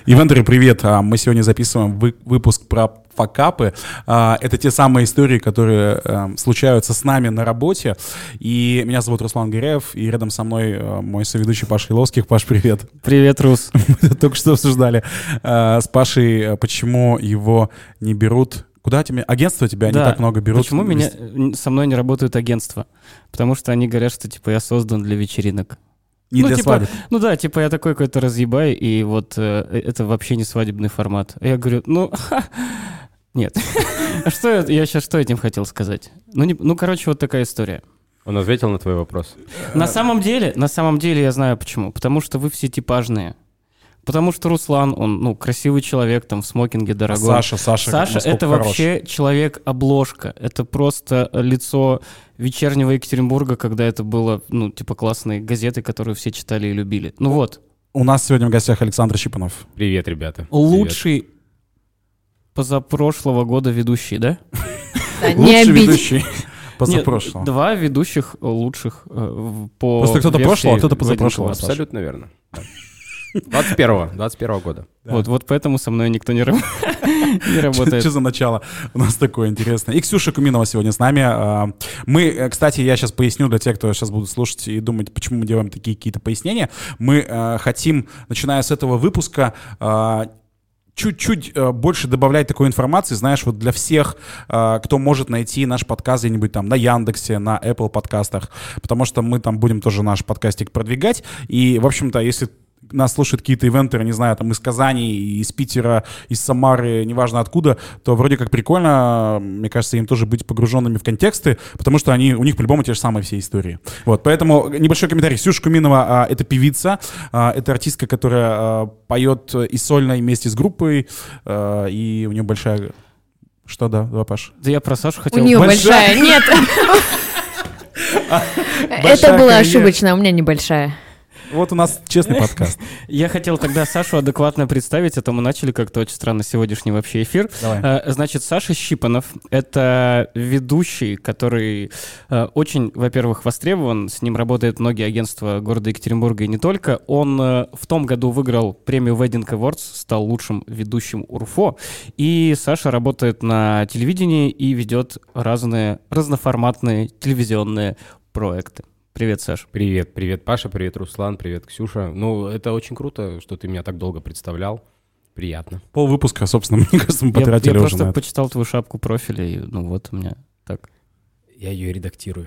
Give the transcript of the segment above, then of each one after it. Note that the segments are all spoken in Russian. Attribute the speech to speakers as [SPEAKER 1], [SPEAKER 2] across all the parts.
[SPEAKER 1] Ивентеры, привет! Мы сегодня записываем выпуск про факапы. Это те самые истории, которые случаются с нами на работе. И меня зовут Руслан Гиряев, и рядом со мной мой соведущий Паша Иловских. Паш, привет!
[SPEAKER 2] Привет, Рус!
[SPEAKER 1] Мы только что обсуждали с Пашей, почему его не берут. Куда тебе? Агентства тебя не так много берут.
[SPEAKER 2] Почему со мной не работают агентства? Потому что они говорят, что типа я создан для вечеринок.
[SPEAKER 1] Не для свадеб.
[SPEAKER 2] Ну да, типа я такой какой-то разъебай, и вот это вообще не свадебный формат. Я говорю, нет. Я сейчас что этим хотел сказать? Короче, вот такая история.
[SPEAKER 3] Он ответил на твой вопрос.
[SPEAKER 2] На самом деле я знаю почему. Потому что вы все типажные. Потому что Руслан, он, красивый человек, там, в смокинге дорогой. Саша это вообще человек-обложка. Это просто лицо вечернего Екатеринбурга, когда это было, классные газеты, которые все читали и любили.
[SPEAKER 1] У нас сегодня в гостях Александр Щипанов.
[SPEAKER 3] Привет, ребята.
[SPEAKER 2] Лучший позапрошлого года ведущий, да?
[SPEAKER 1] Лучший ведущий позапрошлого.
[SPEAKER 2] Два ведущих лучших по
[SPEAKER 1] просто кто-то прошлого, а кто-то позапрошлого.
[SPEAKER 3] Абсолютно верно. 21 года.
[SPEAKER 2] Да. Вот поэтому со мной никто не работает.
[SPEAKER 1] Что за начало у нас такое интересное. И Ксюша Куминова сегодня с нами. Мы, кстати, я сейчас поясню для тех, кто сейчас будут слушать и думать, почему мы делаем такие какие-то пояснения. Мы хотим, начиная с этого выпуска, чуть-чуть больше добавлять такой информации, знаешь, вот для всех, кто может найти наш подкаст где-нибудь там на Яндексе, на Apple подкастах, потому что мы там будем тоже наш подкастик продвигать. И, в общем-то, если нас слушают какие-то ивентеры, не знаю, там из Казани, из Питера, из Самары, неважно откуда, то вроде как прикольно, мне кажется, им тоже быть погруженными в контексты, потому что у них по-любому те же самые все истории. Вот, поэтому небольшой комментарий. Ксюша Куминова — это певица, это артистка, которая поет и сольно, и вместе с группой, и у нее большая... Что, да, Паш?
[SPEAKER 2] Да я про Сашу хотел...
[SPEAKER 4] У нее большая, нет. Это было ошибочно, у меня небольшая.
[SPEAKER 1] Вот у нас честный подкаст.
[SPEAKER 2] Я хотел тогда Сашу адекватно представить, а то мы начали как-то очень странно сегодняшний вообще эфир.
[SPEAKER 1] Давай.
[SPEAKER 2] Значит, Саша Щипанов — это ведущий, который очень, во-первых, востребован. С ним работают многие агентства города Екатеринбурга и не только. Он в том году выиграл премию Wedding Awards, стал лучшим ведущим УРФО. И Саша работает на телевидении и ведет разноформатные телевизионные проекты. Привет, Саш.
[SPEAKER 3] Привет, Паша, привет, Руслан, привет, Ксюша. Это очень круто, что ты меня так долго представлял. Приятно.
[SPEAKER 1] Полвыпуска, собственно, мне кажется, мы потратили уже.
[SPEAKER 2] Я просто почитал твою шапку профиля, и вот у меня так.
[SPEAKER 3] Я ее редактирую.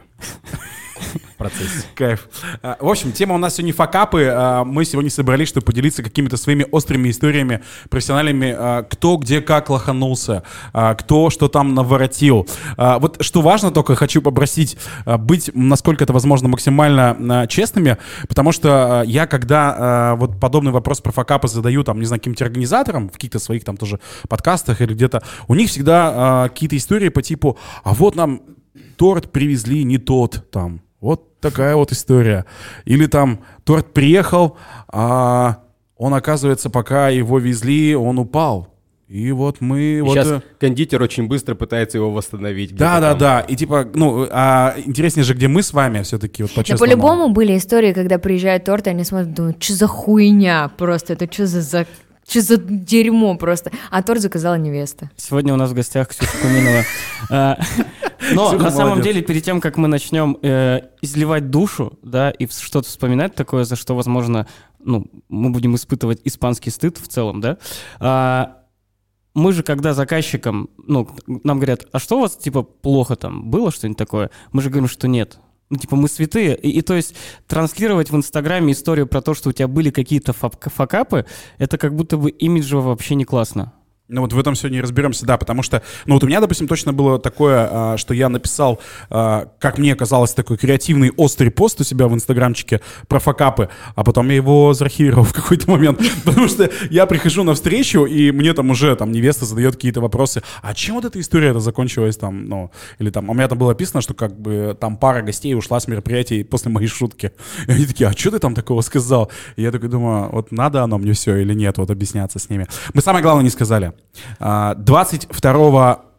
[SPEAKER 3] В процессе.
[SPEAKER 1] Кайф. В общем, тема у нас сегодня факапы. Мы сегодня собрались, чтобы поделиться какими-то своими острыми историями, профессиональными, кто где как лоханулся, кто что там наворотил. Вот что важно, только хочу попросить быть, насколько это возможно, максимально честными, потому что я, когда вот подобный вопрос про факапы задаю, там, не знаю, каким-то организаторам, в каких-то своих там тоже подкастах или где-то, у них всегда какие-то истории по типу, а вот нам торт привезли не тот, там, вот такая вот история. Или там торт приехал, а он, оказывается, пока его везли, он упал. И вот мы...
[SPEAKER 3] Сейчас кондитер очень быстро пытается его восстановить.
[SPEAKER 1] Да. И типа, интереснее же, где мы с вами все-таки вот по-честному.
[SPEAKER 4] Да по-любому были истории, когда приезжают торты, они смотрят, думают, что за хуйня просто, это что за дерьмо просто. А торт заказала невеста.
[SPEAKER 2] Сегодня у нас в гостях Ксюша Куминова. Но на самом деле, перед тем, как мы начнем изливать душу, да, и что-то вспоминать такое, за что, возможно, мы будем испытывать испанский стыд в целом, да, мы же, когда заказчикам, нам говорят, а что у вас, типа, плохо там было, что-нибудь такое? Мы же говорим, что нет. Мы святые. И то есть транслировать в Инстаграме историю про то, что у тебя были какие-то факапы, это как будто бы имиджево вообще не классно.
[SPEAKER 1] Вот в этом сегодня и разберемся, да, потому что, вот у меня, допустим, точно было такое, что я написал, как мне казалось, такой креативный, острый пост у себя в инстаграмчике про факапы, а потом я его заархивировал в какой-то момент, потому что я прихожу на встречу, и мне там уже невеста задает какие-то вопросы, а чем вот эта история закончилась там, или там, у меня там было написано, что как бы там пара гостей ушла с мероприятия после моей шутки, и они такие, а что ты там такого сказал? И я такой думаю, вот надо оно мне все или нет, вот объясняться с ними. Мы самое главное не сказали. 22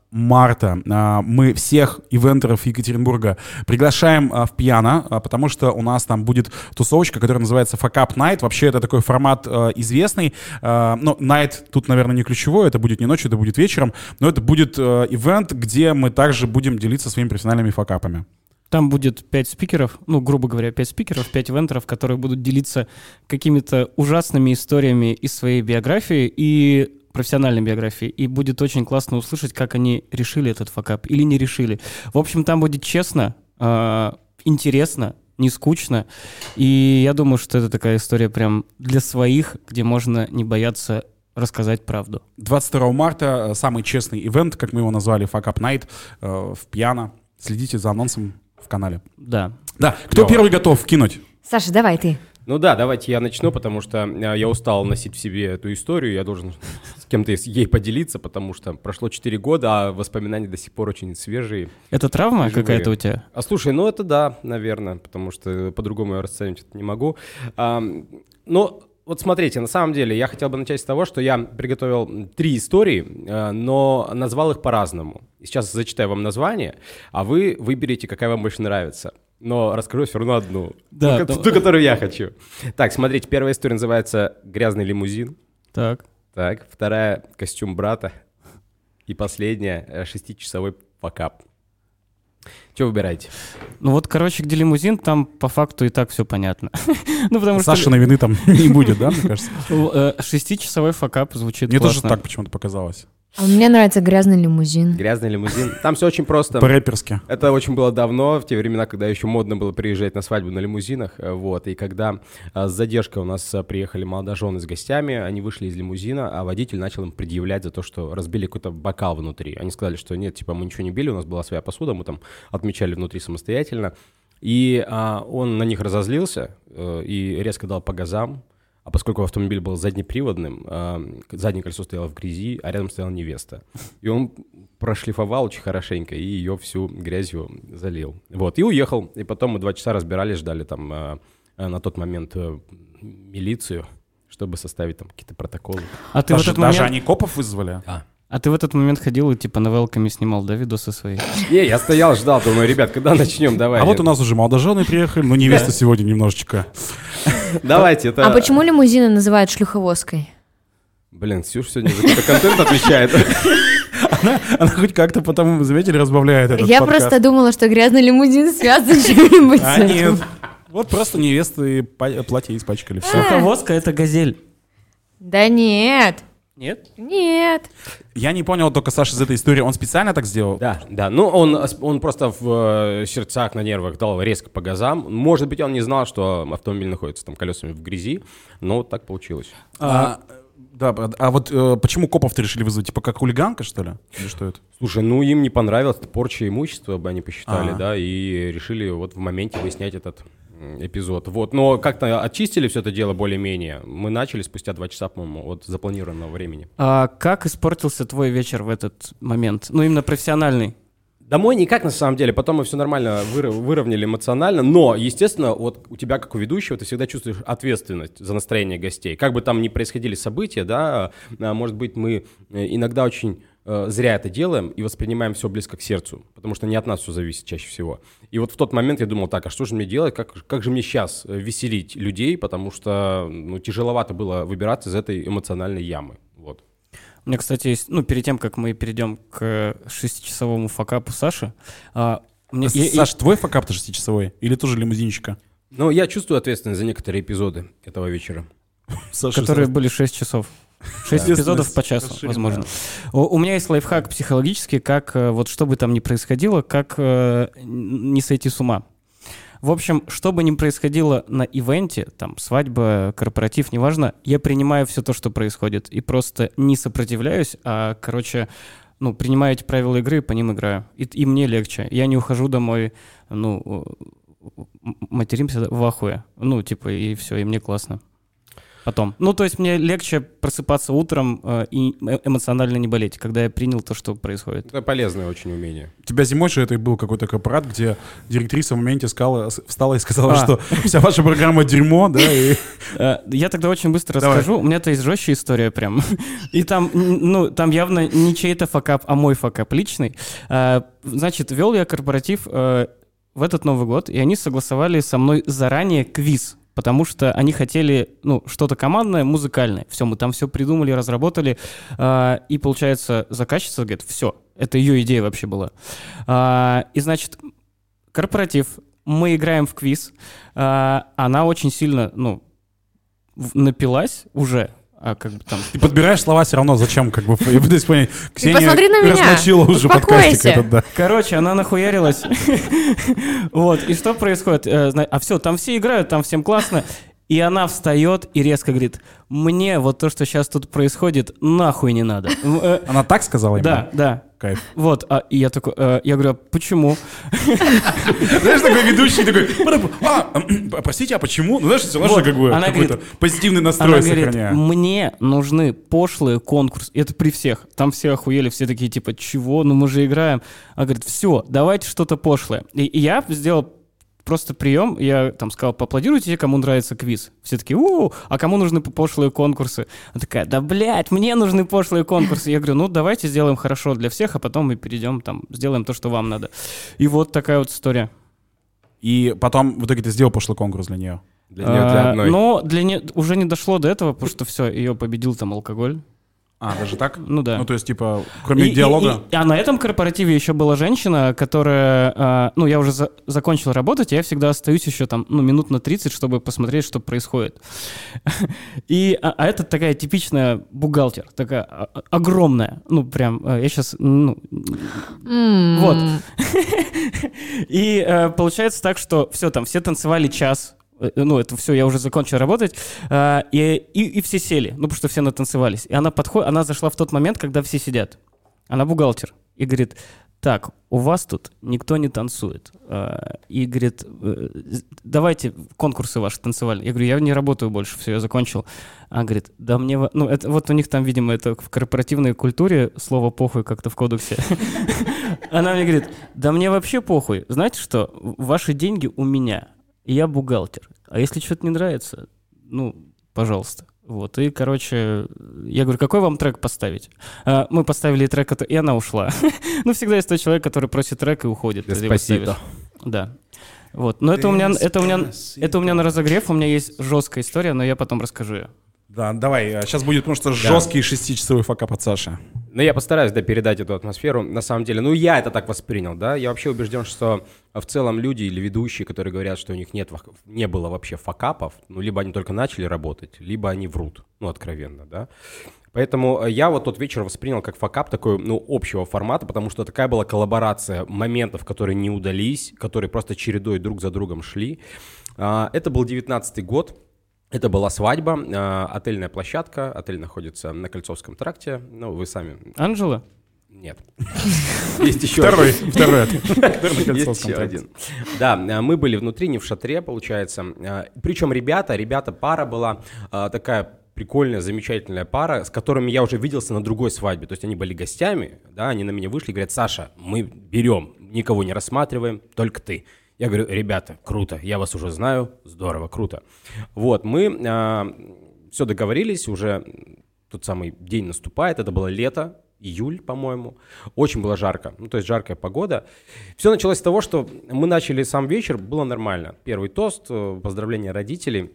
[SPEAKER 1] марта мы всех ивентеров Екатеринбурга приглашаем в Пьяно, потому что у нас там будет тусовочка, которая называется Fuck Up Night. Вообще это такой формат известный. Но Night тут, наверное, не ключевой. Это будет не ночью, это будет вечером. Но это будет ивент, где мы также будем делиться своими профессиональными факапами.
[SPEAKER 2] Там будет 5 спикеров, ну, грубо говоря, 5 спикеров, 5 ивентеров, которые будут делиться какими-то ужасными историями из своей биографии и профессиональной биографии. И будет очень классно услышать, как они решили этот факап или не решили. В общем, там будет честно, интересно, не скучно. И я думаю, что это такая история прям для своих, где можно не бояться рассказать правду.
[SPEAKER 1] 22 марта самый честный ивент, как мы его назвали, Fuck Up Night в Пьяно. Следите за анонсом в канале.
[SPEAKER 2] Да.
[SPEAKER 1] Да, кто первый готов кинуть?
[SPEAKER 4] Саша, давай ты.
[SPEAKER 3] Ну да, давайте я начну, потому что я устал носить в себе эту историю, я должен с кем-то ей поделиться, потому что прошло 4 года, а воспоминания до сих пор очень свежие.
[SPEAKER 2] Это травма какая-то у тебя?
[SPEAKER 3] А слушай, ну это да, наверное, потому что по-другому я расценивать это не могу. Но вот смотрите, на самом деле я хотел бы начать с того, что я приготовил 3 истории, но назвал их по-разному. Сейчас зачитаю вам название, а вы выберите, какая вам больше нравится. Но расскажу все равно одну,
[SPEAKER 2] да,
[SPEAKER 3] ту, которую я хочу. Так, смотрите, первая история называется «Грязный лимузин».
[SPEAKER 2] Так,
[SPEAKER 3] вторая «Костюм брата». И последняя «6-часовой факап». Что выбираете?
[SPEAKER 2] ну вот, короче, где лимузин, там по факту и так все понятно. Ну, потому что
[SPEAKER 1] Сашиной вины там не будет, да, мне кажется?
[SPEAKER 2] 6-часовой факап звучит
[SPEAKER 1] Мне тоже
[SPEAKER 2] классно.
[SPEAKER 1] так почему-то показалось.
[SPEAKER 4] А мне нравится грязный лимузин.
[SPEAKER 3] «Грязный лимузин». Там все очень просто.
[SPEAKER 1] По-рэперски.
[SPEAKER 3] Это очень было давно, в те времена, когда еще модно было приезжать на свадьбу на лимузинах, вот, и когда с задержкой у нас приехали молодожены с гостями, они вышли из лимузина, а водитель начал им предъявлять за то, что разбили какой-то бокал внутри. Они сказали, что нет, типа, мы ничего не били, у нас была своя посуда, мы там отмечали внутри самостоятельно, и он на них разозлился и резко дал по газам. А поскольку автомобиль был заднеприводным, заднее колесо стояло в грязи, а рядом стояла невеста. И он прошлифовал очень хорошенько и ее всю грязью залил. Вот, и уехал. И потом мы 2 часа разбирались, ждали там на тот момент милицию, чтобы составить там какие-то протоколы.
[SPEAKER 2] А ты в
[SPEAKER 1] Даже
[SPEAKER 2] этот момент...
[SPEAKER 1] они копов вызвали?
[SPEAKER 2] А ты в этот момент ходил и типа новелками снимал, да, видосы свои?
[SPEAKER 3] Я стоял, ждал, думаю, ребят, когда начнем, давай.
[SPEAKER 1] А вот у нас уже молодожены приехали, но невеста сегодня немножечко.
[SPEAKER 3] Давайте, это...
[SPEAKER 4] А почему лимузины называют шлюховозкой?
[SPEAKER 3] Блин, Ксюша сегодня за какой-то контент отвечает.
[SPEAKER 1] Она хоть как-то потом, заметили, разбавляет этот
[SPEAKER 4] Я
[SPEAKER 1] подкаст.
[SPEAKER 4] просто думала, что грязный лимузин связан с чем-нибудь.
[SPEAKER 1] А нет. Вот просто невесты платье испачкали. Все.
[SPEAKER 2] Шлюховозка — это газель.
[SPEAKER 4] Да нет.
[SPEAKER 2] Нет?
[SPEAKER 4] Нет.
[SPEAKER 1] Я не понял только, Саша, из этой истории, он специально так сделал?
[SPEAKER 3] Да. Ну, он просто в сердцах, на нервах дал резко по газам. Может быть, он не знал, что автомобиль находится там колесами в грязи, но вот так получилось.
[SPEAKER 1] Да, а вот почему копов-то решили вызвать? Типа как хулиганка, что ли? Или что это?
[SPEAKER 3] Слушай, ну им не понравилось, это порча имущества, бы они посчитали, да, и решили вот в моменте выяснять этот эпизод. Вот, но как-то очистили все это дело более-менее. Мы начали спустя 2 часа, по-моему, от запланированного времени.
[SPEAKER 2] А как испортился твой вечер в этот момент? Ну, именно профессиональный.
[SPEAKER 3] Домой никак, на самом деле. Потом мы все нормально выровняли эмоционально. Но, естественно, вот у тебя, как у ведущего, ты всегда чувствуешь ответственность за настроение гостей. Как бы там ни происходили события, да, может быть, мы иногда очень зря это делаем и воспринимаем все близко к сердцу, потому что не от нас все зависит чаще всего. И вот в тот момент я думал, так, а что же мне делать, как же мне сейчас веселить людей, потому что тяжеловато было выбираться из этой эмоциональной ямы. Вот.
[SPEAKER 2] У меня, кстати, есть, ну, перед тем, как мы перейдем к 6-часовому факапу Саши,
[SPEAKER 1] Саш, твой факап-то 6-часовой? Или тоже лимузинчика?
[SPEAKER 3] Но я чувствую ответственность за некоторые эпизоды этого вечера.
[SPEAKER 2] которые были 6 часов. 6 эпизодов по часу, возможно. У меня есть лайфхак психологический, как вот что бы там ни происходило, как не сойти с ума. В общем, что бы ни происходило на ивенте, там, свадьба, корпоратив, неважно, я принимаю все то, что происходит, и просто не сопротивляюсь, а, короче, принимаю эти правила игры и по ним играю. И мне легче. Я не ухожу домой, материмся в ахуе. И все, и мне классно. потом. Ну, то есть мне легче просыпаться утром и эмоционально не болеть, когда я принял то, что происходит.
[SPEAKER 3] Это полезное очень умение.
[SPEAKER 1] У тебя зимой же это был какой-то корпорат, где директриса в моменте встала и сказала, что вся ваша программа дерьмо, да?
[SPEAKER 2] Я тогда очень быстро расскажу. У меня-то есть жестче история прям. И там, ну, там явно не чей-то факап, а мой факап личный. Значит, вел я корпоратив в этот Новый год, и они согласовали со мной заранее квиз, потому что они хотели, ну, что-то командное, музыкальное. Все, мы там все придумали, разработали, и, получается, заказчица говорит, все, это ее идея вообще была. И, значит, корпоратив, мы играем в квиз, она очень сильно, ну, напилась уже, как бы там...
[SPEAKER 1] Ты подбираешь слова все равно, зачем, как бы, я пытаюсь понять.
[SPEAKER 4] Ты посмотри на меня,
[SPEAKER 1] размочила уже подкастик этот, да.
[SPEAKER 2] Короче, она нахуярилась. Вот, и что происходит? А все, там все играют, там всем классно. И она встает и резко говорит, мне вот то, что сейчас тут происходит, нахуй не надо.
[SPEAKER 1] Она так сказала?
[SPEAKER 2] Да, да.
[SPEAKER 1] Кайф.
[SPEAKER 2] Вот, и я такой, я говорю, а почему?
[SPEAKER 1] Знаешь, такой ведущий такой, простите, а почему? Ну, знаешь, все равно как бы какой-то позитивный настрой сохраняя.
[SPEAKER 2] Мне нужны пошлые конкурсы. Это при всех. Там все охуели, все такие, типа, чего? Ну мы же играем. Она говорит, все, давайте что-то пошлое. И я сделал просто прием, я там сказал, поаплодируйте, кому нравится квиз. Все такие, а кому нужны пошлые конкурсы? Она такая, да, блядь, мне нужны пошлые конкурсы. Я говорю, ну, давайте сделаем хорошо для всех, а потом мы перейдем, там, сделаем то, что вам надо. И вот такая вот история.
[SPEAKER 1] И потом в итоге ты сделал пошлый конкурс для нее?
[SPEAKER 3] Для нее, для одной.
[SPEAKER 2] Но для нее уже не дошло до этого, потому что все, ее победил там алкоголь.
[SPEAKER 1] Даже так?
[SPEAKER 2] Ну да.
[SPEAKER 1] Ну то есть типа, кроме диалога?
[SPEAKER 2] А на этом корпоративе еще была женщина, которая, ну я уже закончил работать, я всегда остаюсь еще там, ну минут на 30, чтобы посмотреть, что происходит. И, а это такая типичная бухгалтер, такая огромная, ну прям, я сейчас, ну, вот. И получается так, что все там, все танцевали час. Ну, это все, я уже закончил работать, и все сели, ну, потому что все натанцевались. И она подходит, она зашла в тот момент, когда все сидят. Она бухгалтер. И говорит, так, у вас тут никто не танцует. И говорит, давайте конкурсы ваши танцевальные. Я говорю, я не работаю больше, все, я закончил. Она говорит, да мне... Ну, это, вот у них там, видимо, это в корпоративной культуре слово «похуй» как-то в кодексе. Она мне говорит, да мне вообще похуй. Знаете что, ваши деньги у меня. И я бухгалтер. А если что-то не нравится, ну, пожалуйста. Вот, и, короче, я говорю, какой вам трек поставить? Мы поставили трек, и она ушла. Ну, всегда есть тот человек, который просит трек и уходит.
[SPEAKER 3] Спасибо.
[SPEAKER 2] Да. Вот, но это у меня на разогрев, у меня есть жесткая история, но я потом расскажу ее.
[SPEAKER 1] Да, давай, сейчас будет, потому что жесткий 6-часовой факап от Саши.
[SPEAKER 3] Ну, я постараюсь, да, передать эту атмосферу. На самом деле, ну, я это так воспринял, да. Я вообще убежден, что в целом люди или ведущие, которые говорят, что у них не было вообще факапов, ну, либо они только начали работать, либо они врут, ну, откровенно, да. Поэтому я вот тот вечер воспринял как факап такой, ну, общего формата, потому что такая была коллаборация моментов, которые не удались, которые просто чередой друг за другом шли. Это был 19-й год. Это была свадьба, отельная площадка, отель находится на Кольцовском тракте, ну, вы сами...
[SPEAKER 2] Анжела?
[SPEAKER 3] Нет. Есть еще
[SPEAKER 1] второй
[SPEAKER 3] один.
[SPEAKER 1] Есть
[SPEAKER 3] еще один. Да, мы были внутри, не в шатре, получается. Причем ребята, пара была такая прикольная, замечательная пара, с которыми я уже виделся на другой свадьбе. То есть они были гостями, да, они на меня вышли и говорят, Саша, мы берем, никого не рассматриваем, только ты. Я говорю, ребята, круто, я вас уже знаю, здорово, круто. Вот, мы все договорились, уже тот самый день наступает, это было лето, июль, по-моему, очень было жарко, ну, то есть жаркая погода. Все началось с того, что мы начали сам вечер, было нормально. Первый тост, поздравления родителей.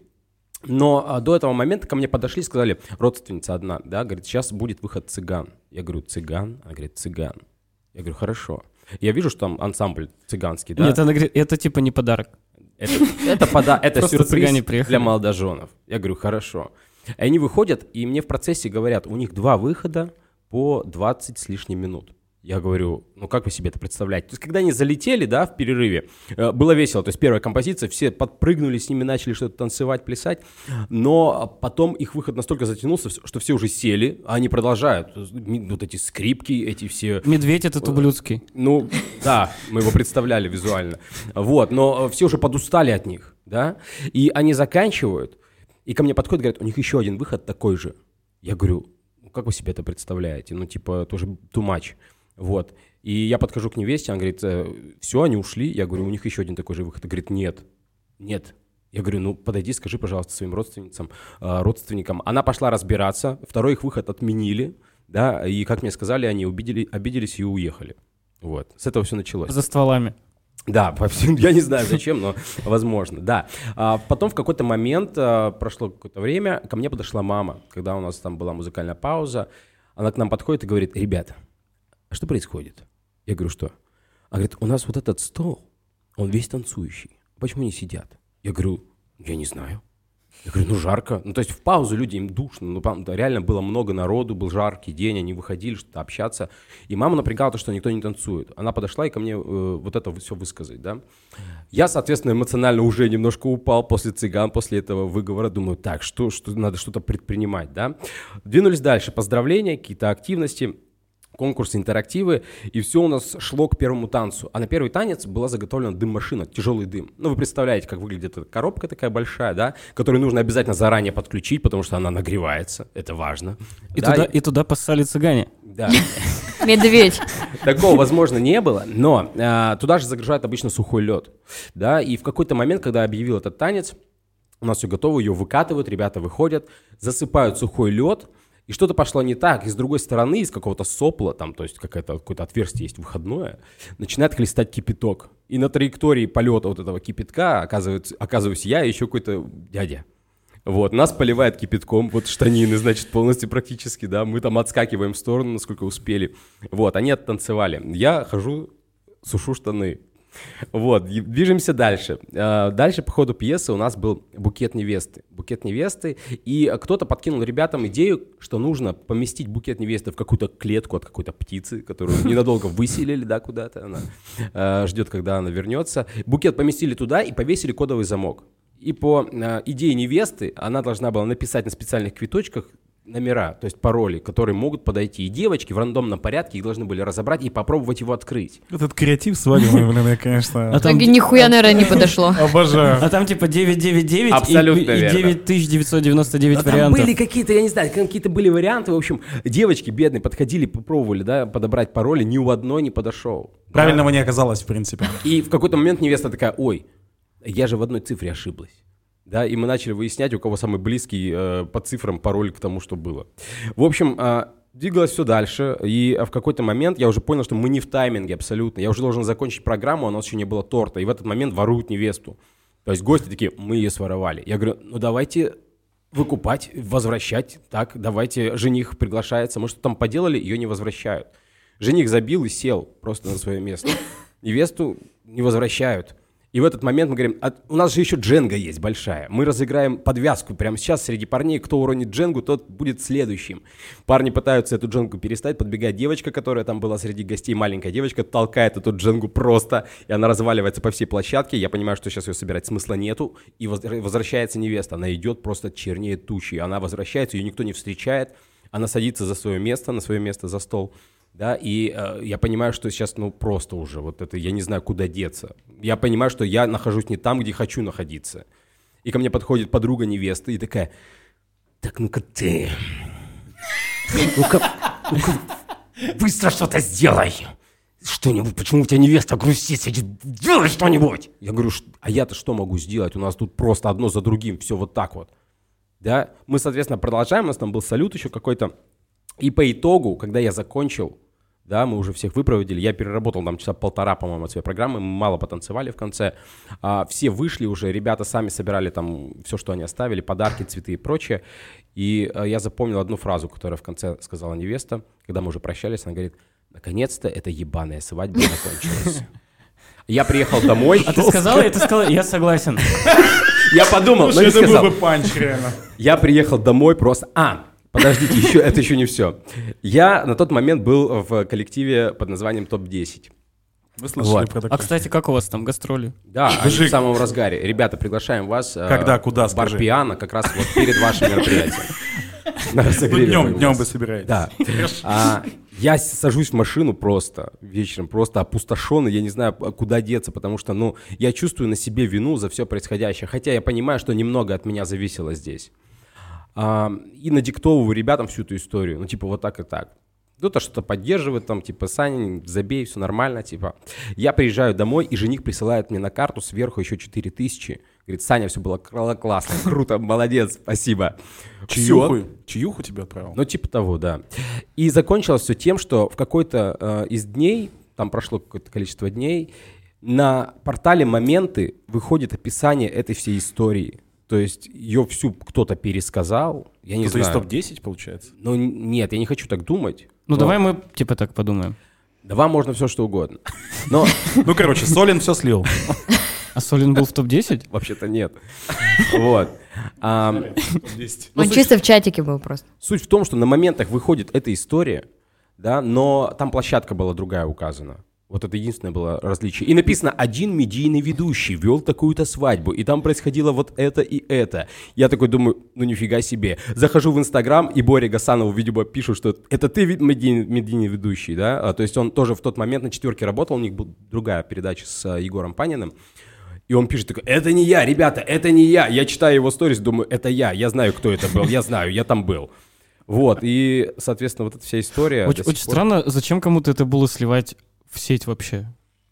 [SPEAKER 3] Но до этого момента ко мне подошли и сказали, родственница одна, да, говорит, сейчас будет выход цыган. Я говорю, цыган? Она говорит, цыган. Я говорю, хорошо. Я вижу, что там ансамбль цыганский, да?
[SPEAKER 2] Нет, она говорит, это типа не подарок.
[SPEAKER 3] Это сюрприз для молодоженов. Я говорю, хорошо. И они выходят, и мне в процессе говорят, у них 2 выхода по 20 с лишним минут. Я говорю, ну как вы себе это представляете? То есть когда они залетели, да, в перерыве, было весело. То есть первая композиция, все подпрыгнули, с ними начали что-то танцевать, плясать. Но потом их выход настолько затянулся, что все уже сели, а они продолжают. Вот эти скрипки, эти все...
[SPEAKER 2] Медведь этот ублюдский.
[SPEAKER 3] Ну, да, мы его представляли визуально. Вот, но все уже подустали от них, да. И они заканчивают. И ко мне подходят, говорят, у них еще один выход такой же. Я говорю, ну как вы себе это представляете? Ну типа тоже too much. Вот. И я подхожу к невесте, она говорит, все, они ушли. Я говорю, у них еще один такой же выход. Она говорит, нет. Я говорю, ну подойди, скажи, пожалуйста, своим родственникам. Она пошла разбираться, второй их выход отменили, да, и, как мне сказали, они обиделись и уехали. Вот, с этого все началось.
[SPEAKER 2] За стволами.
[SPEAKER 3] Да, я не знаю зачем, но возможно, да. Потом в какой-то момент, прошло какое-то время, ко мне подошла мама, когда у нас там была музыкальная пауза. Она к нам подходит и говорит, ребята, а что происходит? Я говорю, что? Она говорит, у нас вот этот стол, он весь танцующий. Почему они сидят? Я говорю, я не знаю. Я говорю, ну жарко. Ну то есть в паузу люди, им душно. Ну реально было много народу, был жаркий день, они выходили что-то общаться. И мама напрягала то, что никто не танцует. Она подошла и ко мне вот это все высказать, да. Я, соответственно, эмоционально уже немножко упал после цыган, после этого выговора. Думаю, так, что надо что-то предпринимать, да. Двинулись дальше. Поздравления, какие-то активности. Конкурсы, интерактивы, и все у нас шло к первому танцу. А на первый танец была заготовлена дым-машина, тяжелый дым. Ну, вы представляете, как выглядит эта коробка такая большая, да, которую нужно обязательно заранее подключить, потому что она нагревается, это важно.
[SPEAKER 2] И туда поссали цыгане.
[SPEAKER 3] Да.
[SPEAKER 4] Медведь.
[SPEAKER 3] Такого, возможно, не было, но туда же загружают обычно сухой лед, да, и в какой-то момент, когда объявил этот танец, у нас все готово, ее выкатывают, ребята выходят, засыпают сухой лед, и что-то пошло не так, и с другой стороны, из какого-то сопла, там, то есть какое-то отверстие есть выходное, начинает хлестать кипяток. И на траектории полета вот этого кипятка оказываюсь я и еще какой-то дядя. Вот, нас поливает кипятком, вот штанины, значит, полностью практически, да, мы там отскакиваем в сторону, насколько успели. Вот, они оттанцевали. Я хожу, сушу штаны. Вот, движемся дальше. Дальше по ходу пьесы у нас был букет невесты. И кто-то подкинул ребятам идею, что нужно поместить букет невесты в какую-то клетку от какой-то птицы, которую ненадолго выселили, да, куда-то. Она ждет, когда она вернется. Букет поместили туда и повесили кодовый замок. И по идее невесты она должна была написать на специальных квиточках номера, то есть пароли, которые могут подойти. И девочки в рандомном порядке их должны были разобрать и попробовать его открыть.
[SPEAKER 1] Этот креатив свадебный, блин, я, конечно...
[SPEAKER 4] В итоге нихуя, наверное, не подошло.
[SPEAKER 1] Обожаю.
[SPEAKER 2] А там типа 999
[SPEAKER 3] Абсолютно
[SPEAKER 2] и
[SPEAKER 3] верно.
[SPEAKER 2] 9999
[SPEAKER 3] Но там
[SPEAKER 2] вариантов.
[SPEAKER 3] были какие-то, я не знаю, какие-то были варианты. В общем, девочки бедные подходили, попробовали, да, подобрать пароли, ни у одной не подошел.
[SPEAKER 1] Правильного не оказалось, в принципе.
[SPEAKER 3] И в какой-то момент невеста такая, ой, я же в одной цифре ошиблась. Да, и мы начали выяснять, у кого самый близкий по цифрам пароль к тому, что было. В общем, двигалось все дальше, и в какой-то момент я уже понял, что мы не в тайминге абсолютно. Я уже должен закончить программу, а у нас еще не было торта, и в этот момент воруют невесту. То есть гости такие, мы ее своровали. Я говорю, ну давайте выкупать, возвращать, так, давайте, жених приглашается, мы что там поделали, ее не возвращают. Жених забил и сел просто на свое место. Невесту не возвращают. И в этот момент мы говорим, у нас же еще дженга есть большая. Мы разыграем подвязку прямо сейчас среди парней. Кто уронит дженгу, тот будет следующим. Парни пытаются эту дженгу переставить. Подбегает девочка, которая там была среди гостей. Маленькая девочка толкает эту дженгу просто. И она разваливается по всей площадке. Я понимаю, что сейчас ее собирать смысла нету. И возвращается невеста. Она идет просто чернее тучи. Она возвращается, ее никто не встречает. Она садится за свое место, на свое место за стол. Да, и я понимаю, что сейчас, ну, просто уже вот это, я не знаю, куда деться. Я понимаю, что я нахожусь не там, где хочу находиться. И ко мне подходит подруга невесты и такая, так, ну-ка ты, ну-ка, быстро что-то сделай. Что-нибудь, почему у тебя невеста грустит, сидит, делай что-нибудь. Я говорю, а я-то что могу сделать? У нас тут просто одно за другим, все вот так вот. Да, мы, соответственно, продолжаем, у нас там был салют еще какой-то. И по итогу, когда я закончил, да, мы уже всех выпроводили, я переработал там часа полтора, по-моему, от своей программы, мы мало потанцевали в конце, все вышли уже, ребята сами собирали там все, что они оставили, подарки, цветы и прочее, и я запомнил одну фразу, которую в конце сказала невеста, когда мы уже прощались, она говорит, наконец-то эта ебаная свадьба закончилась. Я приехал домой.
[SPEAKER 2] А ты сказал, и ты сказал, я согласен.
[SPEAKER 3] Я подумал, но не
[SPEAKER 1] это был
[SPEAKER 3] сказал.
[SPEAKER 1] бы панч, реально.
[SPEAKER 3] Я приехал домой просто... Подождите, это еще не все. Я на тот момент был в коллективе под названием ТОП-10.
[SPEAKER 1] Вы слышали про такое?
[SPEAKER 2] А, кстати, как у вас там гастроли?
[SPEAKER 3] Да, они в самом разгаре. Ребята, приглашаем вас
[SPEAKER 1] Когда, куда,
[SPEAKER 3] в бар
[SPEAKER 1] скажи.
[SPEAKER 3] «Пиано» как раз вот перед вашим мероприятием. На разогреве.
[SPEAKER 1] Днем бы собираетесь.
[SPEAKER 3] Да. Я сажусь в машину просто вечером, просто опустошенный, я не знаю, куда деться, потому что, ну, я чувствую на себе вину за все происходящее, хотя я понимаю, что немного от меня зависело здесь. И надиктовываю ребятам всю эту историю, ну, типа, вот так и так. Кто-то что-то поддерживает, там, типа, Саня, забей, все нормально, типа. Я приезжаю домой, и жених присылает мне на карту сверху еще 4000. Говорит, Саня, все было классно, круто, молодец, спасибо.
[SPEAKER 1] Чаюху тебе отправил?
[SPEAKER 3] Ну, типа того, да. И закончилось все тем, что в какой-то из дней, там прошло какое-то количество дней, на портале «Моменты» выходит описание этой всей истории. То есть ее всю кто-то пересказал, я не знаю.
[SPEAKER 1] Кто-то из топ-10, получается?
[SPEAKER 3] Ну, нет, я не хочу так думать.
[SPEAKER 2] Ну, давай мы, типа, так подумаем.
[SPEAKER 3] Да вам можно все, что угодно. Но,
[SPEAKER 1] Ну, короче, Солин все слил.
[SPEAKER 2] А Солин был в топ-10?
[SPEAKER 3] вообще-то нет. Вот.
[SPEAKER 4] Он чисто в чатике был просто.
[SPEAKER 3] Суть в том, что на «Моментах» выходит эта история, да, но там площадка была другая указана. Вот это единственное было различие. И написано, один медийный ведущий вел такую-то свадьбу, и там происходило вот это и это. Я такой думаю, ну нифига себе. Захожу в Инстаграм, и Боре Гасанову, видимо, пишут, что это ты медийный ведущий, да? То есть он тоже в тот момент на «Четверке» работал, у них была другая передача с Егором Паниным. И он пишет такой, это не я, ребята, это не я. Я читаю его сторис, думаю, это я знаю, кто это был, я знаю, я там был. Вот, и, соответственно, вот эта вся история...
[SPEAKER 2] Очень странно, зачем кому-то это было сливать в сеть вообще?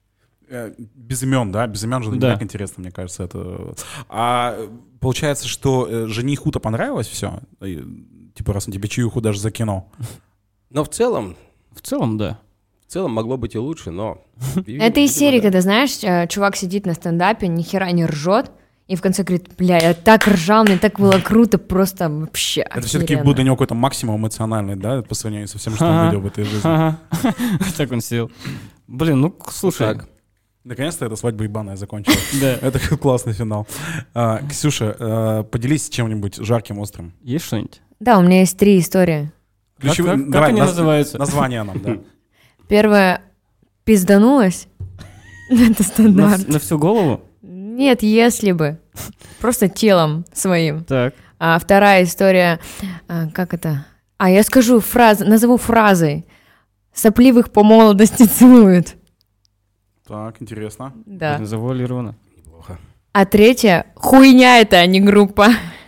[SPEAKER 1] Без имен, да? Без имен же не так интересно, мне кажется. Это... А получается, что жениху-то понравилось все? Типа, раз он тебе чаюху даже закинул.
[SPEAKER 3] Но в целом...
[SPEAKER 2] В целом, да.
[SPEAKER 3] В целом могло быть и лучше, но...
[SPEAKER 4] Это из серии, когда, знаешь, чувак сидит на стендапе, ни хера не ржет, и в конце говорит, бля, я так ржал, мне так было круто, просто вообще
[SPEAKER 1] Это все-таки был для него какой-то максимум эмоциональный, да, по сравнению со всем, что он видел в этой жизни.
[SPEAKER 2] Так он сидел. Блин, ну, слушай.
[SPEAKER 1] Наконец-то эта свадьба ебаная закончилась.
[SPEAKER 2] Да.
[SPEAKER 1] Это классный финал. Ксюша, поделись чем-нибудь жарким, острым.
[SPEAKER 2] Есть что-нибудь?
[SPEAKER 4] Да, у меня есть 3 истории.
[SPEAKER 2] Как они называются?
[SPEAKER 1] Название нам, да.
[SPEAKER 4] Первая — пизданулась. Это стандарт.
[SPEAKER 2] На всю голову?
[SPEAKER 4] Нет, если бы. Просто телом своим.
[SPEAKER 2] Так.
[SPEAKER 4] А вторая история, как это? Я скажу назову фразой. Сопливых по молодости целуют.
[SPEAKER 1] Так, интересно.
[SPEAKER 4] Да.
[SPEAKER 2] Блин, завуалировано.
[SPEAKER 3] Неплохо.
[SPEAKER 4] А третья, хуйня это, а не группа.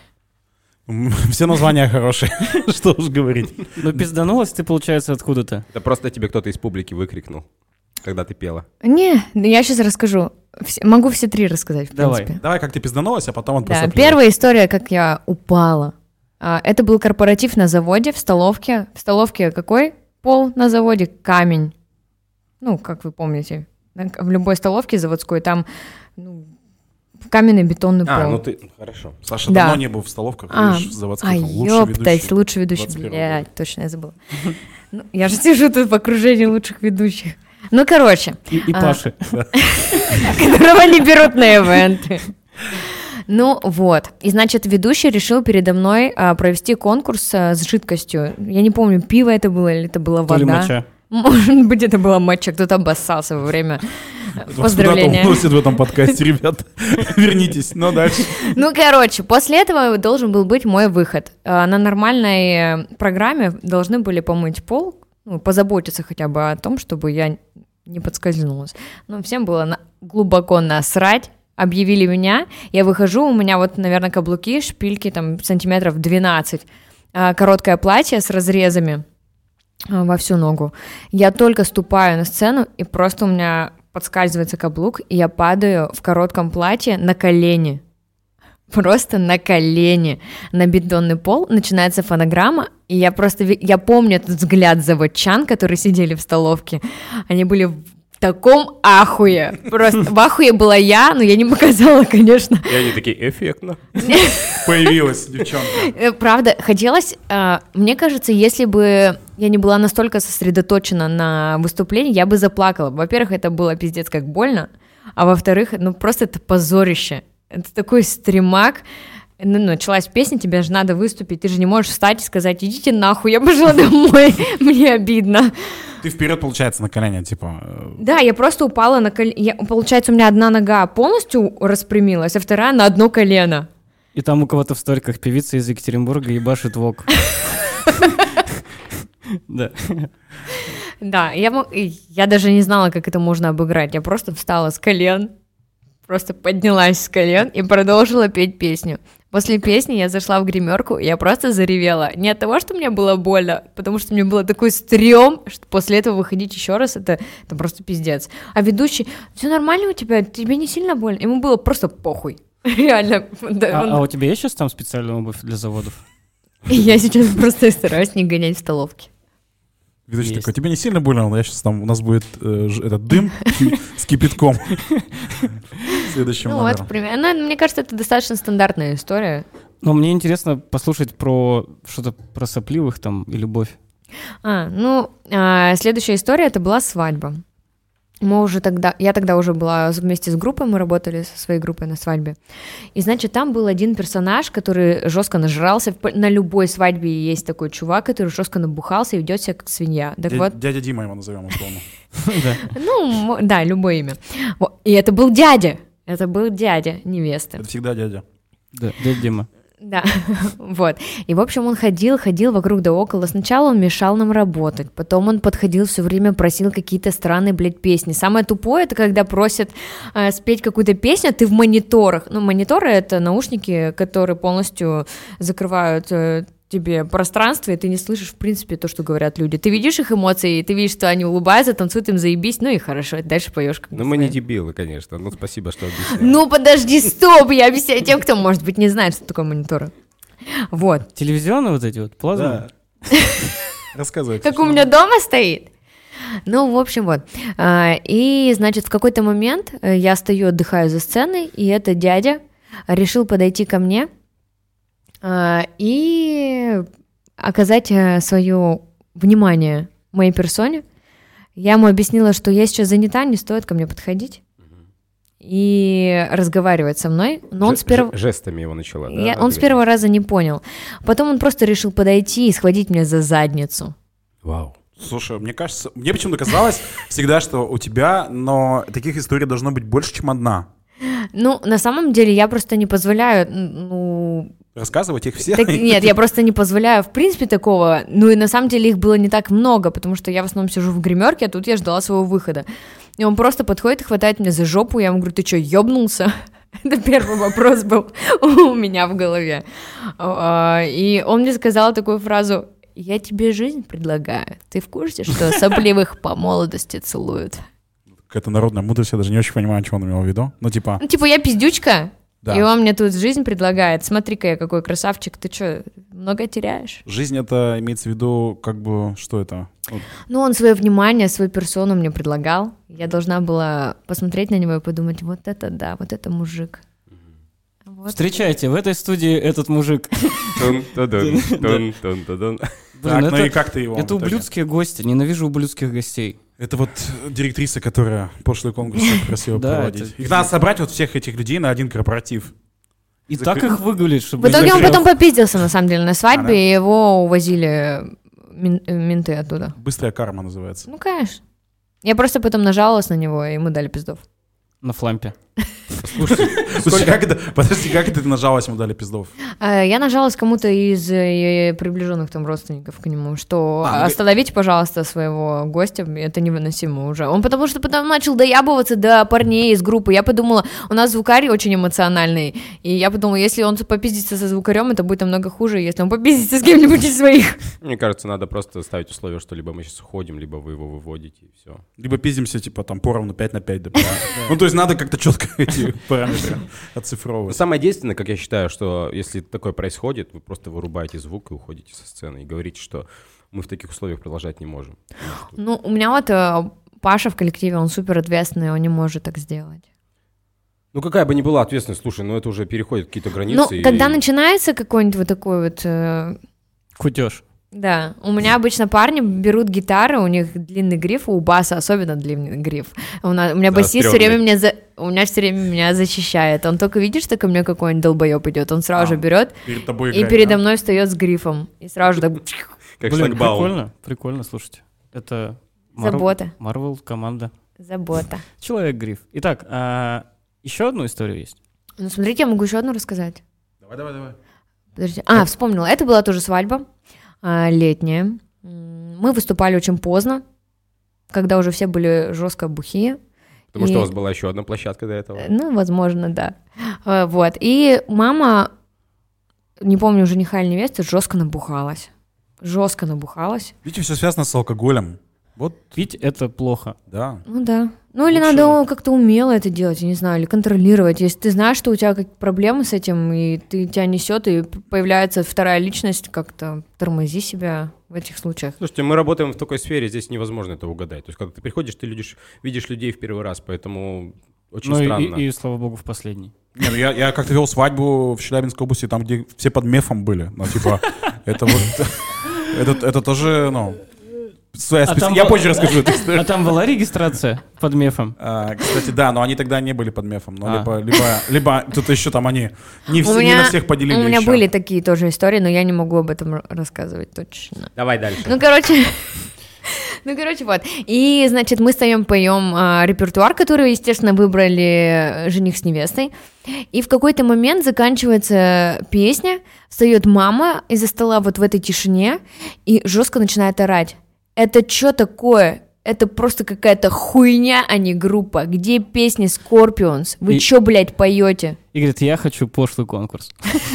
[SPEAKER 1] Все названия хорошие, что уж говорить.
[SPEAKER 2] Ну, пизданулась ты, получается, откуда-то.
[SPEAKER 3] Это просто тебе кто-то из публики выкрикнул, когда ты пела.
[SPEAKER 4] Не, я сейчас расскажу. Могу все 3 рассказать, в
[SPEAKER 2] Давай.
[SPEAKER 4] принципе.
[SPEAKER 1] Давай, как ты пизданулась, а потом он
[SPEAKER 4] Да,
[SPEAKER 1] просто...
[SPEAKER 4] первая история, как я упала. Это был корпоратив на заводе, в столовке. В столовке какой пол на заводе? Камень. Ну, как вы помните. В любой столовке заводской там каменный бетонный пол.
[SPEAKER 3] Ну ты... Хорошо.
[SPEAKER 1] Саша
[SPEAKER 4] Да.
[SPEAKER 1] давно не был в столовках, видишь, в заводских. Он
[SPEAKER 4] ёптать, лучший ведущий.
[SPEAKER 1] 21-го
[SPEAKER 4] Блядь, точно, я забыла. Ну, я же сижу тут в окружении лучших ведущих. Ну, короче.
[SPEAKER 2] И Паши.
[SPEAKER 4] Которого не берут на ивенты. Ну вот, и значит, ведущий решил передо мной провести конкурс с жидкостью. Я не помню, пиво это было или это была вода.
[SPEAKER 2] То ли моча.
[SPEAKER 4] Может быть, это была моча, кто-то обоссался во время поздравления.
[SPEAKER 1] Вас куда-то уносит в этом подкасте, ребят. Вернитесь, но дальше.
[SPEAKER 4] Ну, короче, после этого должен был быть мой выход. На нормальной программе должны были помыть пол, позаботиться хотя бы о том, чтобы я не подскользнулась. Ну, всем было глубоко насрать. Объявили меня, я выхожу, у меня вот, наверное, каблуки, шпильки, там, сантиметров 12, короткое платье с разрезами во всю ногу. Я только ступаю на сцену, и просто у меня подскальзывается каблук, и я падаю в коротком платье на колени. Просто на колени. На бетонный пол начинается фонограмма, и я помню этот взгляд заводчан, которые сидели в столовке. Они были в таком ахуе. Просто в ахуе была я, но я не показала, конечно.
[SPEAKER 3] И они такие, эффектно.
[SPEAKER 1] Появилась девчонка.
[SPEAKER 4] Правда, хотелось, мне кажется, если бы я не была настолько сосредоточена на выступлении, я бы заплакала. Во-первых, это было пиздец как больно, а во-вторых, просто это позорище. Это такой стримак. Началась песня, тебе же надо выступить, ты же не можешь встать и сказать, идите нахуй, я пошла домой, мне обидно.
[SPEAKER 1] Ты вперед, получается, на колени, типа...
[SPEAKER 4] Да, я просто упала на колени, получается, у меня одна нога полностью распрямилась, а вторая на одно колено.
[SPEAKER 2] И там у кого-то в сториках певица из Екатеринбурга ебашит вок. Да.
[SPEAKER 4] Да, я даже не знала, как это можно обыграть. Я просто встала с колен, просто поднялась с колен и продолжила петь песню. После песни я зашла в гримерку, и я просто заревела. Не от того, что мне было больно, потому что мне было такой стрём, что после этого выходить еще раз, это просто пиздец. А ведущий: все нормально у тебя? Тебе не сильно больно? Ему было просто похуй. Реально.
[SPEAKER 2] А у тебя есть сейчас там специальная обувь для заводов?
[SPEAKER 4] И я сейчас просто стараюсь не гонять в столовке.
[SPEAKER 1] Ведущий такой: тебе не сильно больно? Я сейчас там, у нас будет этот дым с кипятком. Следующим
[SPEAKER 4] Ну
[SPEAKER 1] номером.
[SPEAKER 4] вот, примерно. Мне кажется, это достаточно стандартная история.
[SPEAKER 2] Но мне интересно послушать про что-то про сопливых там и любовь.
[SPEAKER 4] Следующая история, это была свадьба. Я тогда уже была вместе с группой, мы работали со своей группой на свадьбе. И, значит, там был один персонаж, который жестко нажрался. На любой свадьбе есть такой чувак, который жестко набухался и ведет себя как свинья.
[SPEAKER 1] Дядя Дима его назовем условно.
[SPEAKER 4] Ну, да, любое имя. И это был дядя. Это был дядя невесты.
[SPEAKER 1] Это всегда дядя.
[SPEAKER 2] Да, дядя Дима.
[SPEAKER 4] Да, вот. И, в общем, он ходил вокруг да около. Сначала он мешал нам работать, потом он подходил все время, просил какие-то странные, песни. Самое тупое — это когда просят спеть какую-то песню, а ты в мониторах. Ну, мониторы — это наушники, которые полностью закрывают тебе пространство, и ты не слышишь, в принципе, то, что говорят люди. Ты видишь их эмоции, ты видишь, что они улыбаются, танцуют, им заебись, ну и хорошо, дальше поешь.
[SPEAKER 3] Ну, мы не дебилы, конечно. Ну, спасибо, что объяснил.
[SPEAKER 4] Ну, подожди, стоп, я объясняю тем, кто, может быть, не знает, что такое мониторы. Вот.
[SPEAKER 2] Телевизионные вот эти вот, плазмы?
[SPEAKER 1] Рассказывай.
[SPEAKER 4] Как у меня дома стоит. Ну, в общем, вот. И, значит, в какой-то момент я стою, отдыхаю за сценой, и этот дядя решил подойти ко мне и оказать свое внимание моей персоне. Я ему объяснила, что я сейчас занята, не стоит ко мне подходить и разговаривать со мной. Но он
[SPEAKER 3] жестами его начала, да?
[SPEAKER 4] Он с первого раза не понял. Потом он просто решил подойти и схватить меня за задницу.
[SPEAKER 3] Вау.
[SPEAKER 1] Слушай, мне почему-то казалось всегда, что у тебя, но таких историй должно быть больше, чем одна.
[SPEAKER 4] Ну, на самом деле, я просто не позволяю,
[SPEAKER 1] Рассказывать их всех?
[SPEAKER 4] Нет, я просто не позволяю, в принципе, такого. Ну, и на самом деле их было не так много, потому что я в основном сижу в гримерке, а тут я ждала своего выхода. И он просто подходит и хватает меня за жопу, я ему говорю: ты что, ёбнулся? Это первый вопрос был у меня в голове. И он мне сказал такую фразу: я тебе жизнь предлагаю. Ты в курсе, что сопливых по молодости целуют?
[SPEAKER 1] Какая-то народная мудрость, я даже не очень понимаю, что он имел в виду. Ну, типа,
[SPEAKER 4] я пиздючка,
[SPEAKER 1] да.
[SPEAKER 4] И он мне тут жизнь предлагает. Смотри-ка я какой красавчик, ты что, много теряешь?
[SPEAKER 1] Жизнь — это имеется в виду, что это?
[SPEAKER 4] Ну, он свое внимание, свою персону мне предлагал. Я должна была посмотреть на него и подумать: вот это да, вот это мужик.
[SPEAKER 2] Вот. Встречайте, в этой студии этот мужик.
[SPEAKER 1] Так, ну и как ты его?
[SPEAKER 2] Это ублюдские гости, ненавижу ублюдских гостей.
[SPEAKER 1] Это вот директриса, которая прошлый конкурс красиво проводит. Их надо собрать вот всех этих людей на один корпоратив.
[SPEAKER 2] И так их выгулить, чтобы...
[SPEAKER 4] В итоге он потом попиздился, на самом деле, на свадьбе, и его увозили менты оттуда.
[SPEAKER 1] Быстрая карма называется.
[SPEAKER 4] Ну, конечно. Я просто потом нажаловалась на него, и ему дали пиздов.
[SPEAKER 2] На флампе.
[SPEAKER 1] Слушай, как это ты нажалась, ему дали пиздов?
[SPEAKER 4] Я нажалась кому-то из приближенных там родственников к нему, что остановите, пожалуйста, своего гостя, это невыносимо уже. Он потому что потом начал доябываться до парней из группы. Я подумала, у нас звукарь очень эмоциональный, и я подумала, если он попиздится со звукарем, это будет намного хуже, если он попиздится с кем-нибудь из своих.
[SPEAKER 3] Мне кажется, надо просто ставить условие, что либо мы сейчас уходим, либо вы его выводите, и все.
[SPEAKER 1] Либо пиздимся, типа, там, поровну 5/5, допустим. Ну, то есть надо как-то четко эти параметры оцифровывать.
[SPEAKER 3] Самое действенное, как я считаю, что если такое происходит, вы просто вырубаете звук и уходите со сцены и говорите, что мы в таких условиях продолжать не можем.
[SPEAKER 4] Ну, у меня вот Паша в коллективе, он супер ответственный, он не может так сделать.
[SPEAKER 3] Ну, какая бы ни была ответственность, слушай, но это уже переходит какие-то границы.
[SPEAKER 4] Ну, когда начинается какой-нибудь вот такой вот...
[SPEAKER 2] Кутеж.
[SPEAKER 4] Да, у меня обычно парни берут гитары, у них длинный гриф, у баса особенно длинный гриф. У меня басист все время меня защищает. Он только видит, что ко мне какой-нибудь долбоёб идет, он сразу же берет и передо мной встает с грифом. И сразу же так...
[SPEAKER 3] Как шлагбаум.
[SPEAKER 2] Прикольно, слушайте. Это
[SPEAKER 4] забота.
[SPEAKER 2] Марвел команда.
[SPEAKER 4] Забота.
[SPEAKER 2] Человек-гриф. Итак, еще одну историю есть?
[SPEAKER 4] Ну, смотрите, я могу еще одну рассказать.
[SPEAKER 1] Давай.
[SPEAKER 4] Подождите. Вспомнила. Это была тоже свадьба. Летняя. Мы выступали очень поздно. когда уже все были жестко бухие.
[SPEAKER 3] Потому что у вас была еще одна площадка до этого.
[SPEAKER 4] Ну, возможно, да. Вот. И мама, не помню, жениха или невесты, жестко набухалась.
[SPEAKER 1] Видите, все связано с алкоголем. Вот.
[SPEAKER 2] Пить это плохо.
[SPEAKER 1] Да.
[SPEAKER 4] Ну да. Ну или
[SPEAKER 1] Лучше...
[SPEAKER 4] надо как-то умело это делать, я не знаю, или контролировать. Если ты знаешь, что у тебя какие-то проблемы с этим, и тебя несет, и появляется вторая личность, как-то тормози себя в этих случаях.
[SPEAKER 3] Слушайте, мы работаем в такой сфере, здесь невозможно это угадать. То есть, когда ты приходишь, ты видишь людей в первый раз, поэтому очень странно.
[SPEAKER 2] И, слава богу, в последний.
[SPEAKER 1] Не, ну я как-то вел свадьбу в Челябинской области, там, где все под мефом были. Ну, типа, это вот... Это тоже, ну... Я позже расскажу эту историю.
[SPEAKER 2] А там была регистрация под мефом?
[SPEAKER 1] Кстати, да, но они тогда не были под мефом. Либо кто-то еще там они не на всех поделили.
[SPEAKER 4] У меня были такие тоже истории, но я не могу об этом рассказывать точно.
[SPEAKER 3] Давай дальше.
[SPEAKER 4] Ну, короче, вот. И, значит, мы встаем, поем репертуар, который, естественно, выбрали жених с невестой. И в какой-то момент заканчивается песня, встает мама из-за стола вот в этой тишине и жестко начинает орать. Это что такое? Это просто какая-то хуйня, а не группа. Где песни Scorpions? Вы чё, блядь, поете?
[SPEAKER 2] И говорит, я хочу пошлый конкурс.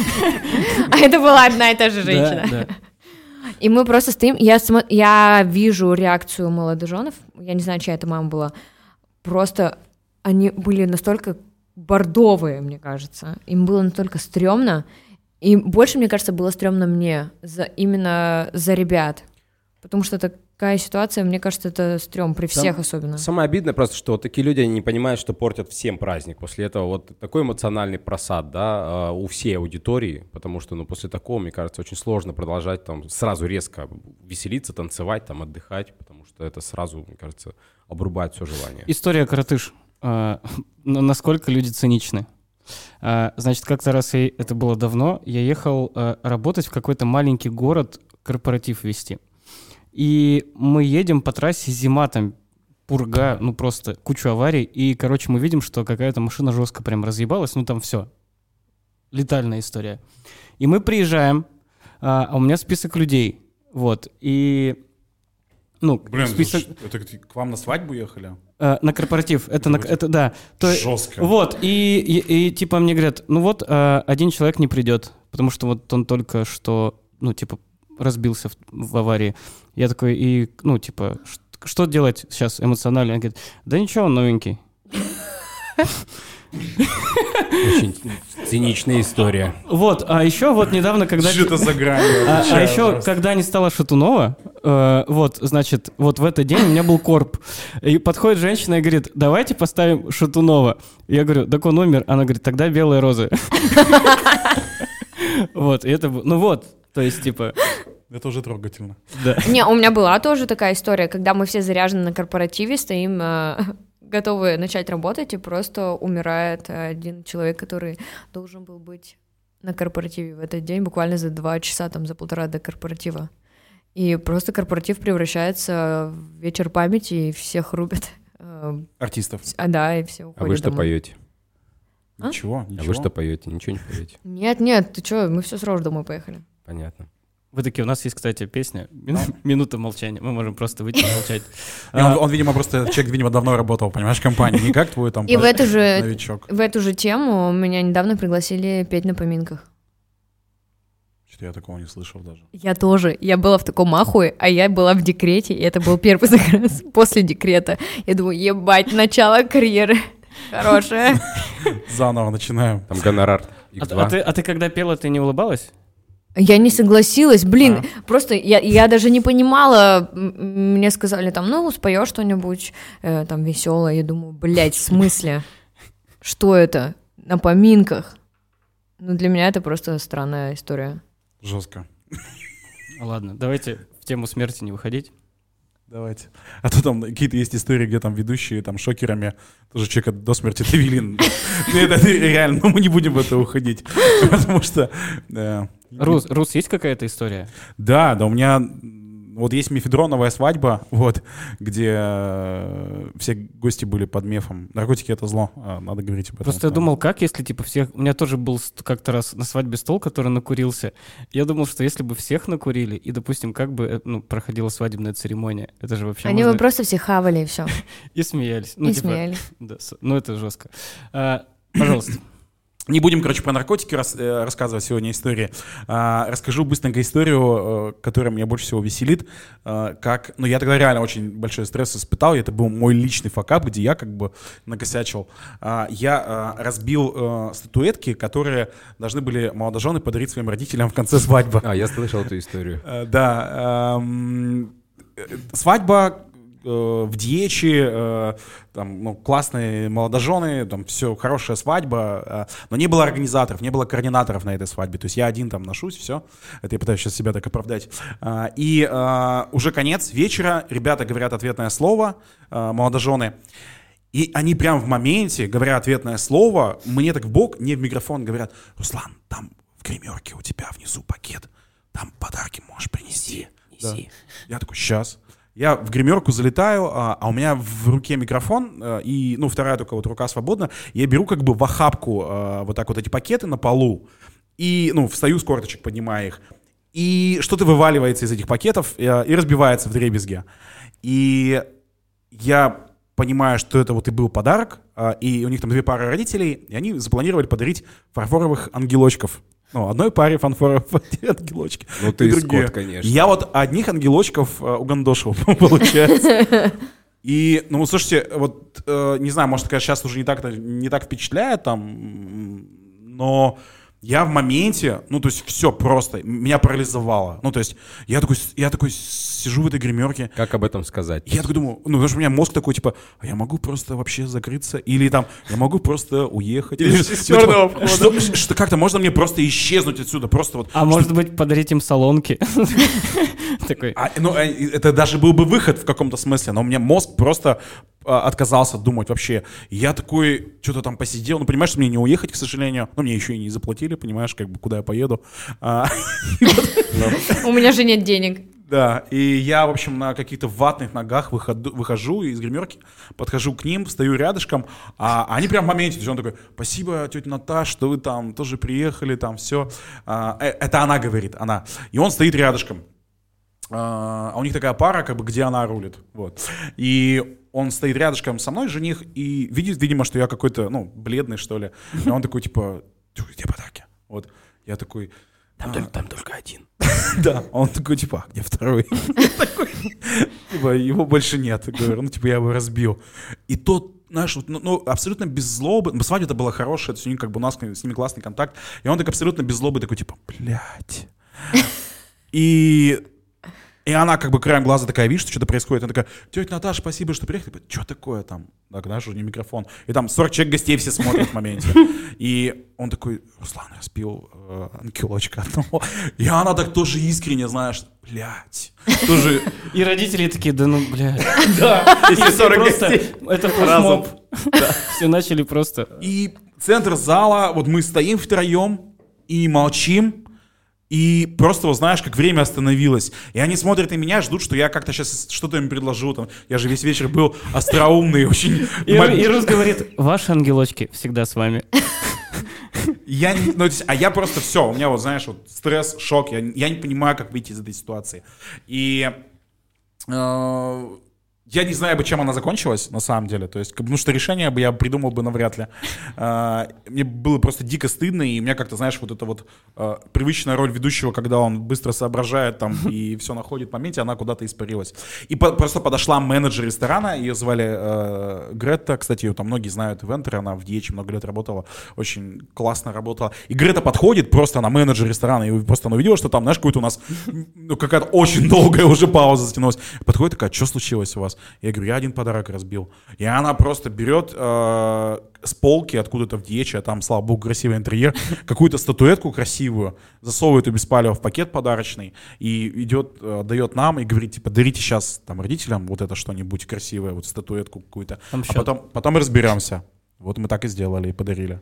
[SPEAKER 4] А это была одна и та же женщина.
[SPEAKER 2] Да.
[SPEAKER 4] И мы просто стоим, я вижу реакцию молодоженов, я не знаю, чья это мама была, просто они были настолько бордовые, мне кажется, им было настолько стрёмно, и больше, мне кажется, было стрёмно мне, именно за ребят, потому что такая ситуация, мне кажется, это стрём при всех особенно.
[SPEAKER 3] Самое обидное просто, что вот такие люди, они не понимают, что портят всем праздник. После этого вот такой эмоциональный просад, да, у всей аудитории, потому что, ну, после такого, мне кажется, очень сложно продолжать там сразу резко веселиться, танцевать, там, отдыхать, потому что это сразу, мне кажется, обрубает все желание.
[SPEAKER 2] История коротыш. Насколько люди циничны. Значит, как-то раз, это было давно, я ехал работать в какой-то маленький город, корпоратив вести. И мы едем по трассе, зима, там, пурга, ну просто кучу аварий. И, короче, мы видим, что какая-то машина жестко прям разъебалась. Ну там все. Летальная история. И мы приезжаем, а у меня список людей. Вот. И... Ну,
[SPEAKER 1] блин,
[SPEAKER 2] список...
[SPEAKER 1] это к вам на свадьбу ехали?
[SPEAKER 2] На корпоратив. Это да.
[SPEAKER 1] Жестко.
[SPEAKER 2] Вот. И типа мне говорят, ну вот, один человек не придет, потому что вот он только что, ну, типа, разбился в аварии. Я такой, ну, типа, что делать сейчас эмоционально? Он говорит, да ничего, он новенький.
[SPEAKER 3] Очень циничная история.
[SPEAKER 2] Вот, а еще вот недавно, когда...
[SPEAKER 1] Что это за грань?
[SPEAKER 2] А еще, когда не стало Шатунова, вот, значит, вот в этот день у меня был корп. И подходит женщина и говорит, давайте поставим Шатунова. Я говорю, так он умер. Она говорит, тогда белые розы. Вот, и это... Ну вот, то есть, типа...
[SPEAKER 1] Это уже трогательно.
[SPEAKER 2] Да.
[SPEAKER 4] Не, у меня была тоже такая история, когда мы все заряжены на корпоративе, стоим, готовы начать работать, и просто умирает один человек, который должен был быть на корпоративе в этот день, буквально за 2 часа, там, за 1,5 до корпоратива. И просто корпоратив превращается в вечер памяти, и всех рубят.
[SPEAKER 1] Артистов.
[SPEAKER 4] Да, и все уходят
[SPEAKER 3] А вы что
[SPEAKER 4] домой.
[SPEAKER 3] поете?
[SPEAKER 1] Ничего.
[SPEAKER 3] А вы что поете? Ничего не поете?
[SPEAKER 4] Нет, ты что, мы все сразу домой поехали.
[SPEAKER 3] Понятно.
[SPEAKER 2] Вы такие, у нас есть, кстати, песня «Минута молчания». Мы можем просто выйти и молчать.
[SPEAKER 1] Он, видимо, человек, видимо, давно работал, понимаешь, в компании, не как твой там
[SPEAKER 4] И
[SPEAKER 1] новичок.
[SPEAKER 4] в эту же тему меня недавно пригласили петь на поминках.
[SPEAKER 1] Что-то я такого не слышал даже.
[SPEAKER 4] Я тоже. Я была в таком ахуе, а я была в декрете, и это был первый заказ после декрета. Я думаю, ебать, начало карьеры хорошее.
[SPEAKER 1] Заново начинаем.
[SPEAKER 3] Там гонорар.
[SPEAKER 2] А ты когда пела, ты не улыбалась?
[SPEAKER 4] Я не согласилась, блин, просто я даже не понимала, мне сказали там, ну, споешь что-нибудь там веселое, я думаю, блядь, в смысле? Что это? На поминках? Ну, для меня это просто странная история.
[SPEAKER 1] Жестко.
[SPEAKER 2] Ладно, давайте в тему смерти не выходить.
[SPEAKER 1] Давайте. А то там какие-то есть истории, где там ведущие там шокерами тоже человека до смерти довели. Это реально, но мы не будем в это уходить. Потому что...
[SPEAKER 2] Рус, есть какая-то история?
[SPEAKER 1] Да, у меня Вот есть мефедроновая свадьба, вот, где все гости были под мефом. Наркотики — это зло, надо говорить об этом.
[SPEAKER 2] Просто я думал, как если, типа, всех... У меня тоже был как-то раз на свадьбе стол, который накурился. Я думал, что если бы всех накурили, и, допустим, как бы проходила свадебная церемония, это же вообще
[SPEAKER 4] Они бы просто все хавали, и все.
[SPEAKER 2] И смеялись.
[SPEAKER 4] И смеялись.
[SPEAKER 2] Да, это жестко. Пожалуйста.
[SPEAKER 1] Не будем, короче, про наркотики рассказывать сегодня истории. Расскажу быстренько историю, которая меня больше всего веселит. Я тогда реально очень большой стресс испытал, и это был мой личный факап, где я как бы накосячил. Я разбил статуэтки, которые должны были молодожены подарить своим родителям в конце свадьбы.
[SPEAKER 3] Я слышал эту историю.
[SPEAKER 1] Да. Свадьба в Диечи, там, классные молодожены, там все, хорошая свадьба, но не было организаторов, не было координаторов на этой свадьбе, то есть я один там ношусь, все, это я пытаюсь сейчас себя так оправдать. И уже конец вечера, ребята говорят ответное слово, молодожены, и они прям в моменте, говоря ответное слово, мне так в бок, не в микрофон, говорят: Руслан, там в гримерке у тебя внизу пакет, там подарки можешь принести.
[SPEAKER 2] Неси.
[SPEAKER 1] Да. Я такой: сейчас. Я в гримерку залетаю, а у меня в руке микрофон, и, вторая только вот рука свободна. Я беру как бы в охапку вот так вот эти пакеты на полу, и, встаю с корточек, поднимая их. И что-то вываливается из этих пакетов и разбивается вдребезги. И я понимаю, что это вот и был подарок, и у них там 2 пары родителей, и они запланировали подарить фарфоровых ангелочков. Одной паре фарфоровых ангелочки.
[SPEAKER 3] Ты скот, конечно.
[SPEAKER 1] Я вот одних ангелочков угандошил, получается. И, слушайте, вот, не знаю, может, конечно, сейчас уже не так впечатляет там, но я в моменте, то есть все просто, меня парализовало. То есть я такой сижу в этой гримерке.
[SPEAKER 3] Как об этом сказать?
[SPEAKER 1] Я такой думаю, потому что у меня мозг такой, типа, я могу просто вообще закрыться, или там, я могу просто уехать. Или что как-то можно мне просто исчезнуть отсюда, просто вот.
[SPEAKER 2] Может быть, подарить им салонки? Такой.
[SPEAKER 1] Это даже был бы выход в каком-то смысле, но у меня мозг просто отказался думать вообще. Я такой что-то там посидел, понимаешь, что мне не уехать, к сожалению, мне еще и не заплатили, понимаешь, как бы куда я поеду.
[SPEAKER 4] У меня же нет денег.
[SPEAKER 1] Да, и я, в общем, на каких-то ватных ногах выхожу из гримерки, подхожу к ним, стою рядышком, а они прям в моменте, то есть он такой: спасибо, тетя Наташа, что вы там тоже приехали, там все. Это она говорит, она. И он стоит рядышком. А у них такая пара, как бы, где она рулит, вот. И он стоит рядышком со мной, жених, и видит, видимо, что я какой-то, бледный, что ли. И он такой, типа: где подарки? Вот. Я такой:
[SPEAKER 3] Там только один.
[SPEAKER 1] Да, он такой, типа: где второй? Его больше нет. Говорю, я его разбил. И тот, знаешь, абсолютно без злобы. Свадьба-то была хорошая, то есть у них как бы у нас с ними классный контакт. И он так абсолютно без злобы такой, типа: блядь. И она как бы краем глаза такая видит, что что-то происходит. Она такая: тетя Наташа, спасибо, что приехали. Что такое там? Так, знаешь, уже не микрофон. И там 40 человек гостей все смотрят в моменте. И он такой: Руслан разбил ангелочка одного. И она так тоже искренне, знаешь, блядь. Тоже...
[SPEAKER 2] И родители такие: да блядь.
[SPEAKER 1] Да, если 40 гостей.
[SPEAKER 2] Это флешмоб. Все начали просто.
[SPEAKER 1] И центр зала, вот мы стоим втроем и молчим. И просто, вот знаешь, как время остановилось. И они смотрят на меня, ждут, что я как-то сейчас что-то им предложу. Там. Я же весь вечер был остроумный, очень...
[SPEAKER 2] И Рус говорит: ваши ангелочки всегда с вами.
[SPEAKER 1] Я просто все, у меня вот, знаешь, вот стресс, шок. Я не понимаю, как выйти из этой ситуации. И... Я не знаю бы, чем она закончилась, на самом деле. То есть, потому что решение бы я придумал бы навряд ли. Мне было просто дико стыдно, и у меня как-то, знаешь, вот эта вот привычная роль ведущего, когда он быстро соображает там и все находит в моменте, она куда-то испарилась. И просто подошла менеджер ресторана, ее звали Грета, кстати, ее там многие знают, ивентеры, она в Диечи много лет работала, очень классно работала. И Грета подходит, просто она менеджер ресторана, и просто она увидела, что там, знаешь, какой-то у нас, какая-то очень долгая уже пауза затянулась. Подходит такая: что случилось у вас? Я говорю: я один подарок разбил. И она просто берет с полки откуда-то в Диечи, а там, слава богу, красивый интерьер, какую-то статуэтку красивую, засовывает ее без палева в пакет подарочный и идет, дает нам и говорит, типа: дарите сейчас там родителям вот это что-нибудь красивое, вот статуэтку какую-то, а потом разберемся. Вот мы так и сделали и подарили.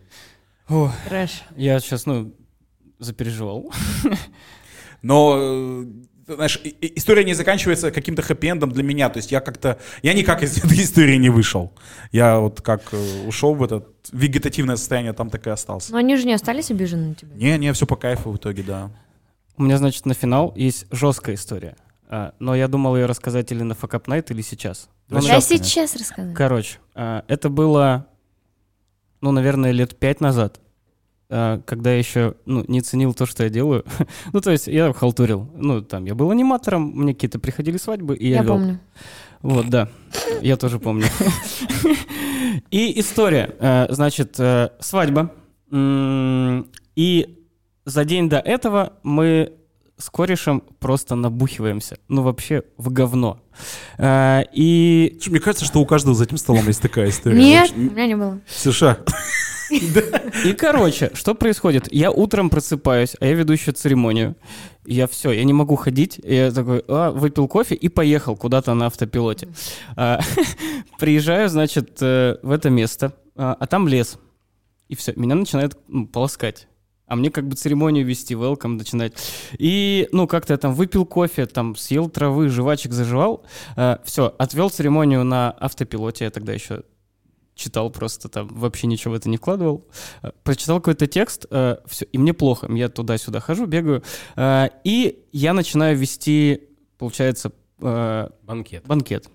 [SPEAKER 4] Трэш.
[SPEAKER 2] Я сейчас, запереживал.
[SPEAKER 1] Но знаешь, история не заканчивается каким-то хэппи-эндом для меня. То есть я никак из этой истории не вышел. Я вот как ушел в это вегетативное состояние, там так и остался.
[SPEAKER 4] Но они же не остались обижены на тебя?
[SPEAKER 1] Не, все по кайфу в итоге, да.
[SPEAKER 2] У меня, значит, на финал есть жесткая история. Но я думал ее рассказать или на Fuck Up Night, или сейчас.
[SPEAKER 1] Да
[SPEAKER 4] Я
[SPEAKER 1] сейчас,
[SPEAKER 4] сейчас расскажу.
[SPEAKER 2] Короче, это было, наверное, лет 5 назад, когда я еще не ценил то, что я делаю. То есть я халтурил. Я был аниматором, мне какие-то приходили свадьбы, и я вел.
[SPEAKER 4] помню.
[SPEAKER 2] Вот, да. Я тоже помню. И история. Значит, свадьба. И за день до этого мы с корешем просто набухиваемся. Вообще в говно. И...
[SPEAKER 1] Мне кажется, что у каждого за этим столом есть такая история.
[SPEAKER 4] Нет, у меня не было.
[SPEAKER 1] США.
[SPEAKER 2] И, короче, что происходит? Я утром просыпаюсь, а я веду еще церемонию. Я не могу ходить. Я такой, выпил кофе и поехал куда-то на автопилоте. Приезжаю, значит, в это место, а там лес. И все, меня начинает полоскать. А мне как бы церемонию вести, welcome начинать. И, как-то я там выпил кофе, там съел травы, жвачек заживал. Все, отвел церемонию на автопилоте. Я тогда еще читал просто, там вообще ничего в это не вкладывал. Прочитал какой-то текст, все, и мне плохо. Я туда-сюда хожу, бегаю. И я начинаю вести, получается... Банкет.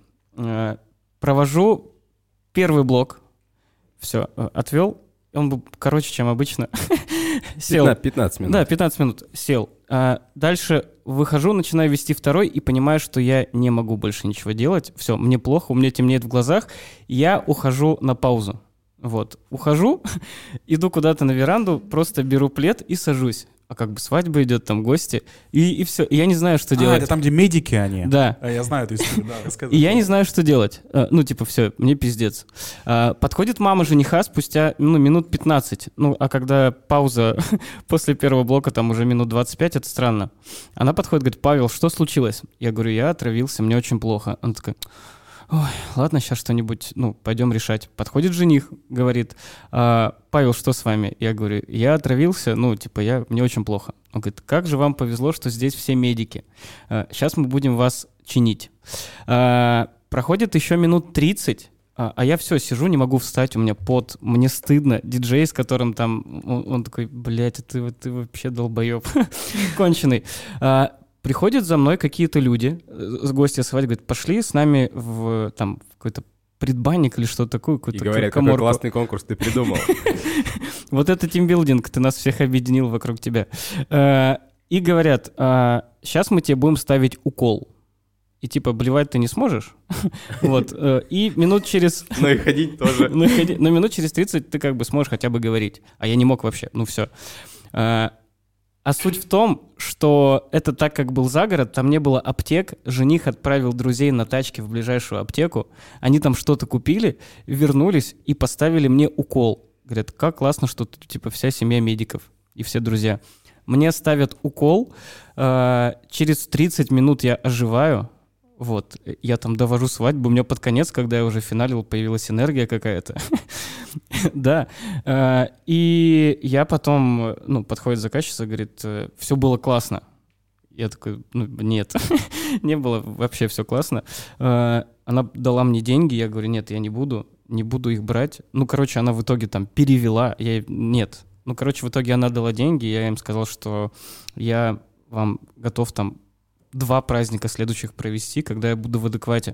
[SPEAKER 2] Провожу первый блок. Все, отвел. Он был короче, чем обычно. Сел.
[SPEAKER 3] 15 минут.
[SPEAKER 2] Да, 15 минут. Сел. Дальше выхожу, начинаю вести второй и понимаю, что я не могу больше ничего делать. Все, мне плохо, у меня темнеет в глазах. Я ухожу на паузу. Вот. Ухожу, иду куда-то на веранду, просто беру плед и сажусь. А как бы свадьба идет, там гости, и все. И я не знаю, что делать.
[SPEAKER 1] Это там, где медики они?
[SPEAKER 2] Да.
[SPEAKER 1] Я знаю эту историю, да, рассказывай.
[SPEAKER 2] И я не знаю, что делать. Все, мне пиздец. Подходит мама жениха спустя, минут 15. А когда пауза после первого блока, там уже минут 25, это странно. Она подходит, говорит, Павел, что случилось? Я говорю, я отравился, мне очень плохо. Она такая... Ой, ладно, сейчас что-нибудь, пойдем решать. Подходит жених, говорит, Павел, что с вами? Я говорю, я отравился, мне очень плохо. Он говорит, как же вам повезло, что здесь все медики. Сейчас мы будем вас чинить. Проходит еще минут 30, а я все, сижу, не могу встать, у меня пот, мне стыдно. Диджей, с которым там, он такой, блядь, ты вообще долбоеб, конченый. Приходят за мной какие-то люди, гости свадьбы, говорят, пошли с нами в какой-то предбанник или что-то такое.
[SPEAKER 3] И говорят, какой классный конкурс ты придумал.
[SPEAKER 2] Вот это тимбилдинг, ты нас всех объединил вокруг тебя. И говорят, сейчас мы тебе будем ставить укол. И блевать ты не сможешь. Вот. И минут через...
[SPEAKER 3] Ну и ходить тоже.
[SPEAKER 2] Но минут через 30 ты как бы сможешь хотя бы говорить. А я не мог вообще. Все. А суть в том, что это так как был загород, там не было аптек, жених отправил друзей на тачке в ближайшую аптеку, они там что-то купили, вернулись и поставили мне укол. Говорят, как классно, что тут вся семья медиков и все друзья. Мне ставят укол, через 30 минут я оживаю, вот, я там довожу свадьбу, у меня под конец, когда я уже финалил, появилась энергия какая-то. Да. И я потом, подходит заказчица, говорит, все было классно. Я такой, нет, не было вообще все классно. Она дала мне деньги, я говорю, нет, я не буду их брать. Она в итоге там перевела, нет. В итоге она дала деньги, я им сказал, что я вам готов там 2 праздника следующих провести, когда я буду в адеквате.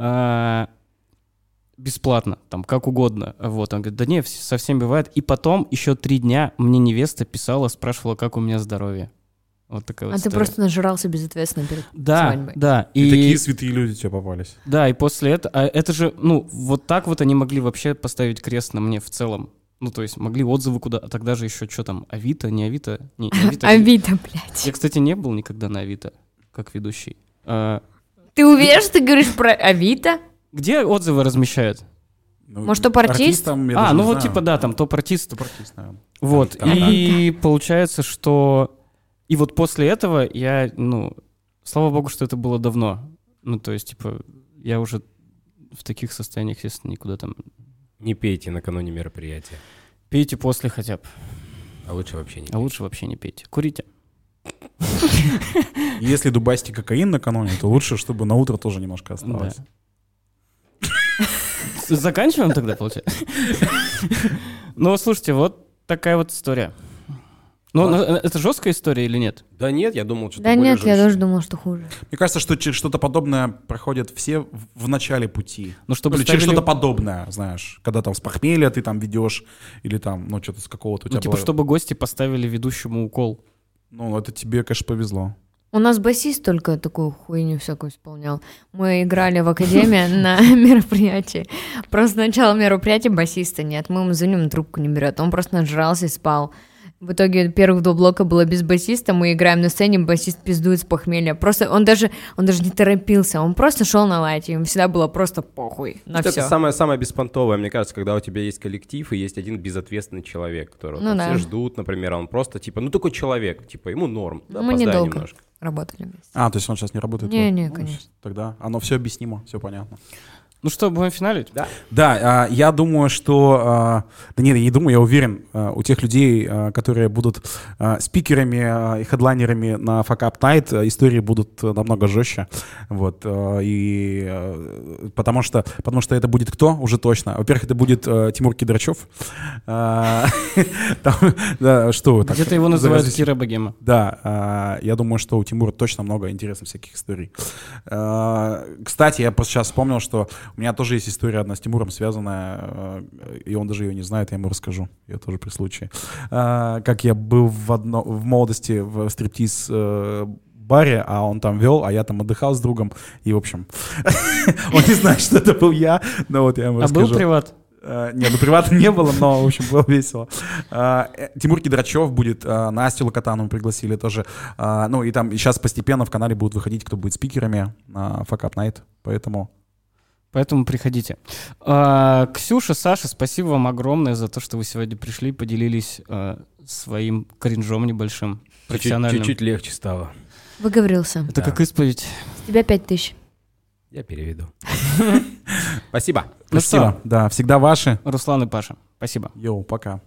[SPEAKER 2] Бесплатно, там, как угодно. Вот, он говорит, да не, со всеми бывает. И потом еще 3 дня мне невеста писала, спрашивала, как у меня здоровье. Вот такая вот история.
[SPEAKER 4] Ты просто нажрался безответственно перед свадьбой.
[SPEAKER 2] Да.
[SPEAKER 1] И такие святые люди тебе попались.
[SPEAKER 2] Да, и после этого... А это же, вот так вот они могли вообще поставить крест на мне в целом. То есть могли отзывы куда... А тогда же еще что там, Авито, не Авито? Не Авито.
[SPEAKER 4] Авито, блядь.
[SPEAKER 2] Я, кстати, не был никогда на Авито, как ведущий.
[SPEAKER 4] Ты уверен, что ты говоришь про Авито?
[SPEAKER 2] Где отзывы размещают?
[SPEAKER 4] Может, топ-артист?
[SPEAKER 2] Да, там топ-артист.
[SPEAKER 1] Топ-артист, наверное.
[SPEAKER 2] Вот, и получается, что... И вот после этого я, слава богу, что это было давно. То есть, я уже в таких состояниях, естественно, никуда там...
[SPEAKER 3] Не пейте накануне мероприятия.
[SPEAKER 2] Пейте после хотя бы.
[SPEAKER 3] А лучше вообще не пейте.
[SPEAKER 2] А лучше вообще не пейте. Курите.
[SPEAKER 1] Если дубасите кокаин накануне, то лучше, чтобы на утро тоже немножко осталось.
[SPEAKER 2] Заканчиваем тогда, получается? Ну, слушайте, вот такая вот история. Ну, это жесткая история или нет?
[SPEAKER 3] Да нет, я думал, что
[SPEAKER 4] Да нет, я тоже думал, что хуже.
[SPEAKER 1] Мне кажется, что через что-то подобное проходят все в начале пути.
[SPEAKER 2] Ну, чтобы
[SPEAKER 1] Или через
[SPEAKER 2] ставили-
[SPEAKER 1] что-то подобное, знаешь. Когда там с похмелья ты там ведешь, или там, ну, что-то с какого-то у тебя
[SPEAKER 2] Ну, типа,
[SPEAKER 1] было-
[SPEAKER 2] чтобы гости поставили ведущему укол.
[SPEAKER 1] Ну, это тебе, конечно, повезло.
[SPEAKER 4] У нас басист только такую хуйню всякую исполнял. Мы играли в академии на мероприятии. Просто начало мероприятия басиста нет. Мы ему звоним, трубку не берет. Он просто нажрался и спал. В итоге первых 2 блока было без басиста. Мы играем на сцене, басист пиздует с похмелья. Просто он даже не торопился. Он просто шел на лайте. Ему всегда было просто похуй на
[SPEAKER 3] Это
[SPEAKER 4] все.
[SPEAKER 3] самое беспонтовое, мне кажется, когда у тебя есть коллектив и есть один безответственный человек, которого
[SPEAKER 4] Ну
[SPEAKER 3] там
[SPEAKER 4] да.
[SPEAKER 3] все ждут, например, а он просто, типа, ну такой человек, типа, ему норм, да,
[SPEAKER 4] Мы
[SPEAKER 3] опоздай
[SPEAKER 4] недолго
[SPEAKER 3] немножко.
[SPEAKER 4] работали вместе.
[SPEAKER 1] А, то есть он сейчас не работает?
[SPEAKER 4] Не,
[SPEAKER 1] Ну,
[SPEAKER 4] конечно.
[SPEAKER 1] Тогда оно все объяснимо, все понятно.
[SPEAKER 2] Ну что, будем финалить?
[SPEAKER 3] Да.
[SPEAKER 1] Да, я думаю, что... Да нет, я не думаю, я уверен, у тех людей, которые будут спикерами и хедлайнерами на Fuck Up Night, истории будут намного жестче. Вот. Потому что это будет кто? Уже точно. Во-первых, это будет Тимур Кедрачев. Что вы так?
[SPEAKER 2] Где-то его называют
[SPEAKER 1] Разве-
[SPEAKER 2] Кира Богема.
[SPEAKER 1] Да, я думаю, что у Тимура точно много интересных всяких историй. Кстати, я просто сейчас вспомнил, что у меня тоже есть история одна с Тимуром связанная, и он даже ее не знает, я ему расскажу, я тоже при случае. Как я был в молодости в стриптиз баре, а он там вел, а я там отдыхал с другом, и, в общем, он не знает, что это был я, но вот я ему
[SPEAKER 2] А
[SPEAKER 1] расскажу.
[SPEAKER 2] был приват?
[SPEAKER 1] Нет, ну привата не было, но, в общем, было весело. Тимур Кедрачев будет, Настю Локотанову пригласили тоже. Ну, и там сейчас постепенно в канале будут выходить, кто будет спикерами на Fuck Up Night, поэтому...
[SPEAKER 2] Поэтому приходите. Ксюша, Саша, спасибо вам огромное за то, что вы сегодня пришли, поделились своим кринжом небольшим, профессиональным.
[SPEAKER 3] Чуть-чуть легче стало.
[SPEAKER 4] Выговорился.
[SPEAKER 2] Это как исповедь.
[SPEAKER 4] С тебя 5000.
[SPEAKER 3] Я переведу. Спасибо.
[SPEAKER 2] Ну
[SPEAKER 1] Спасибо.
[SPEAKER 2] что?
[SPEAKER 1] Да, всегда ваши.
[SPEAKER 2] Руслан и Паша, спасибо.
[SPEAKER 1] Йоу, пока.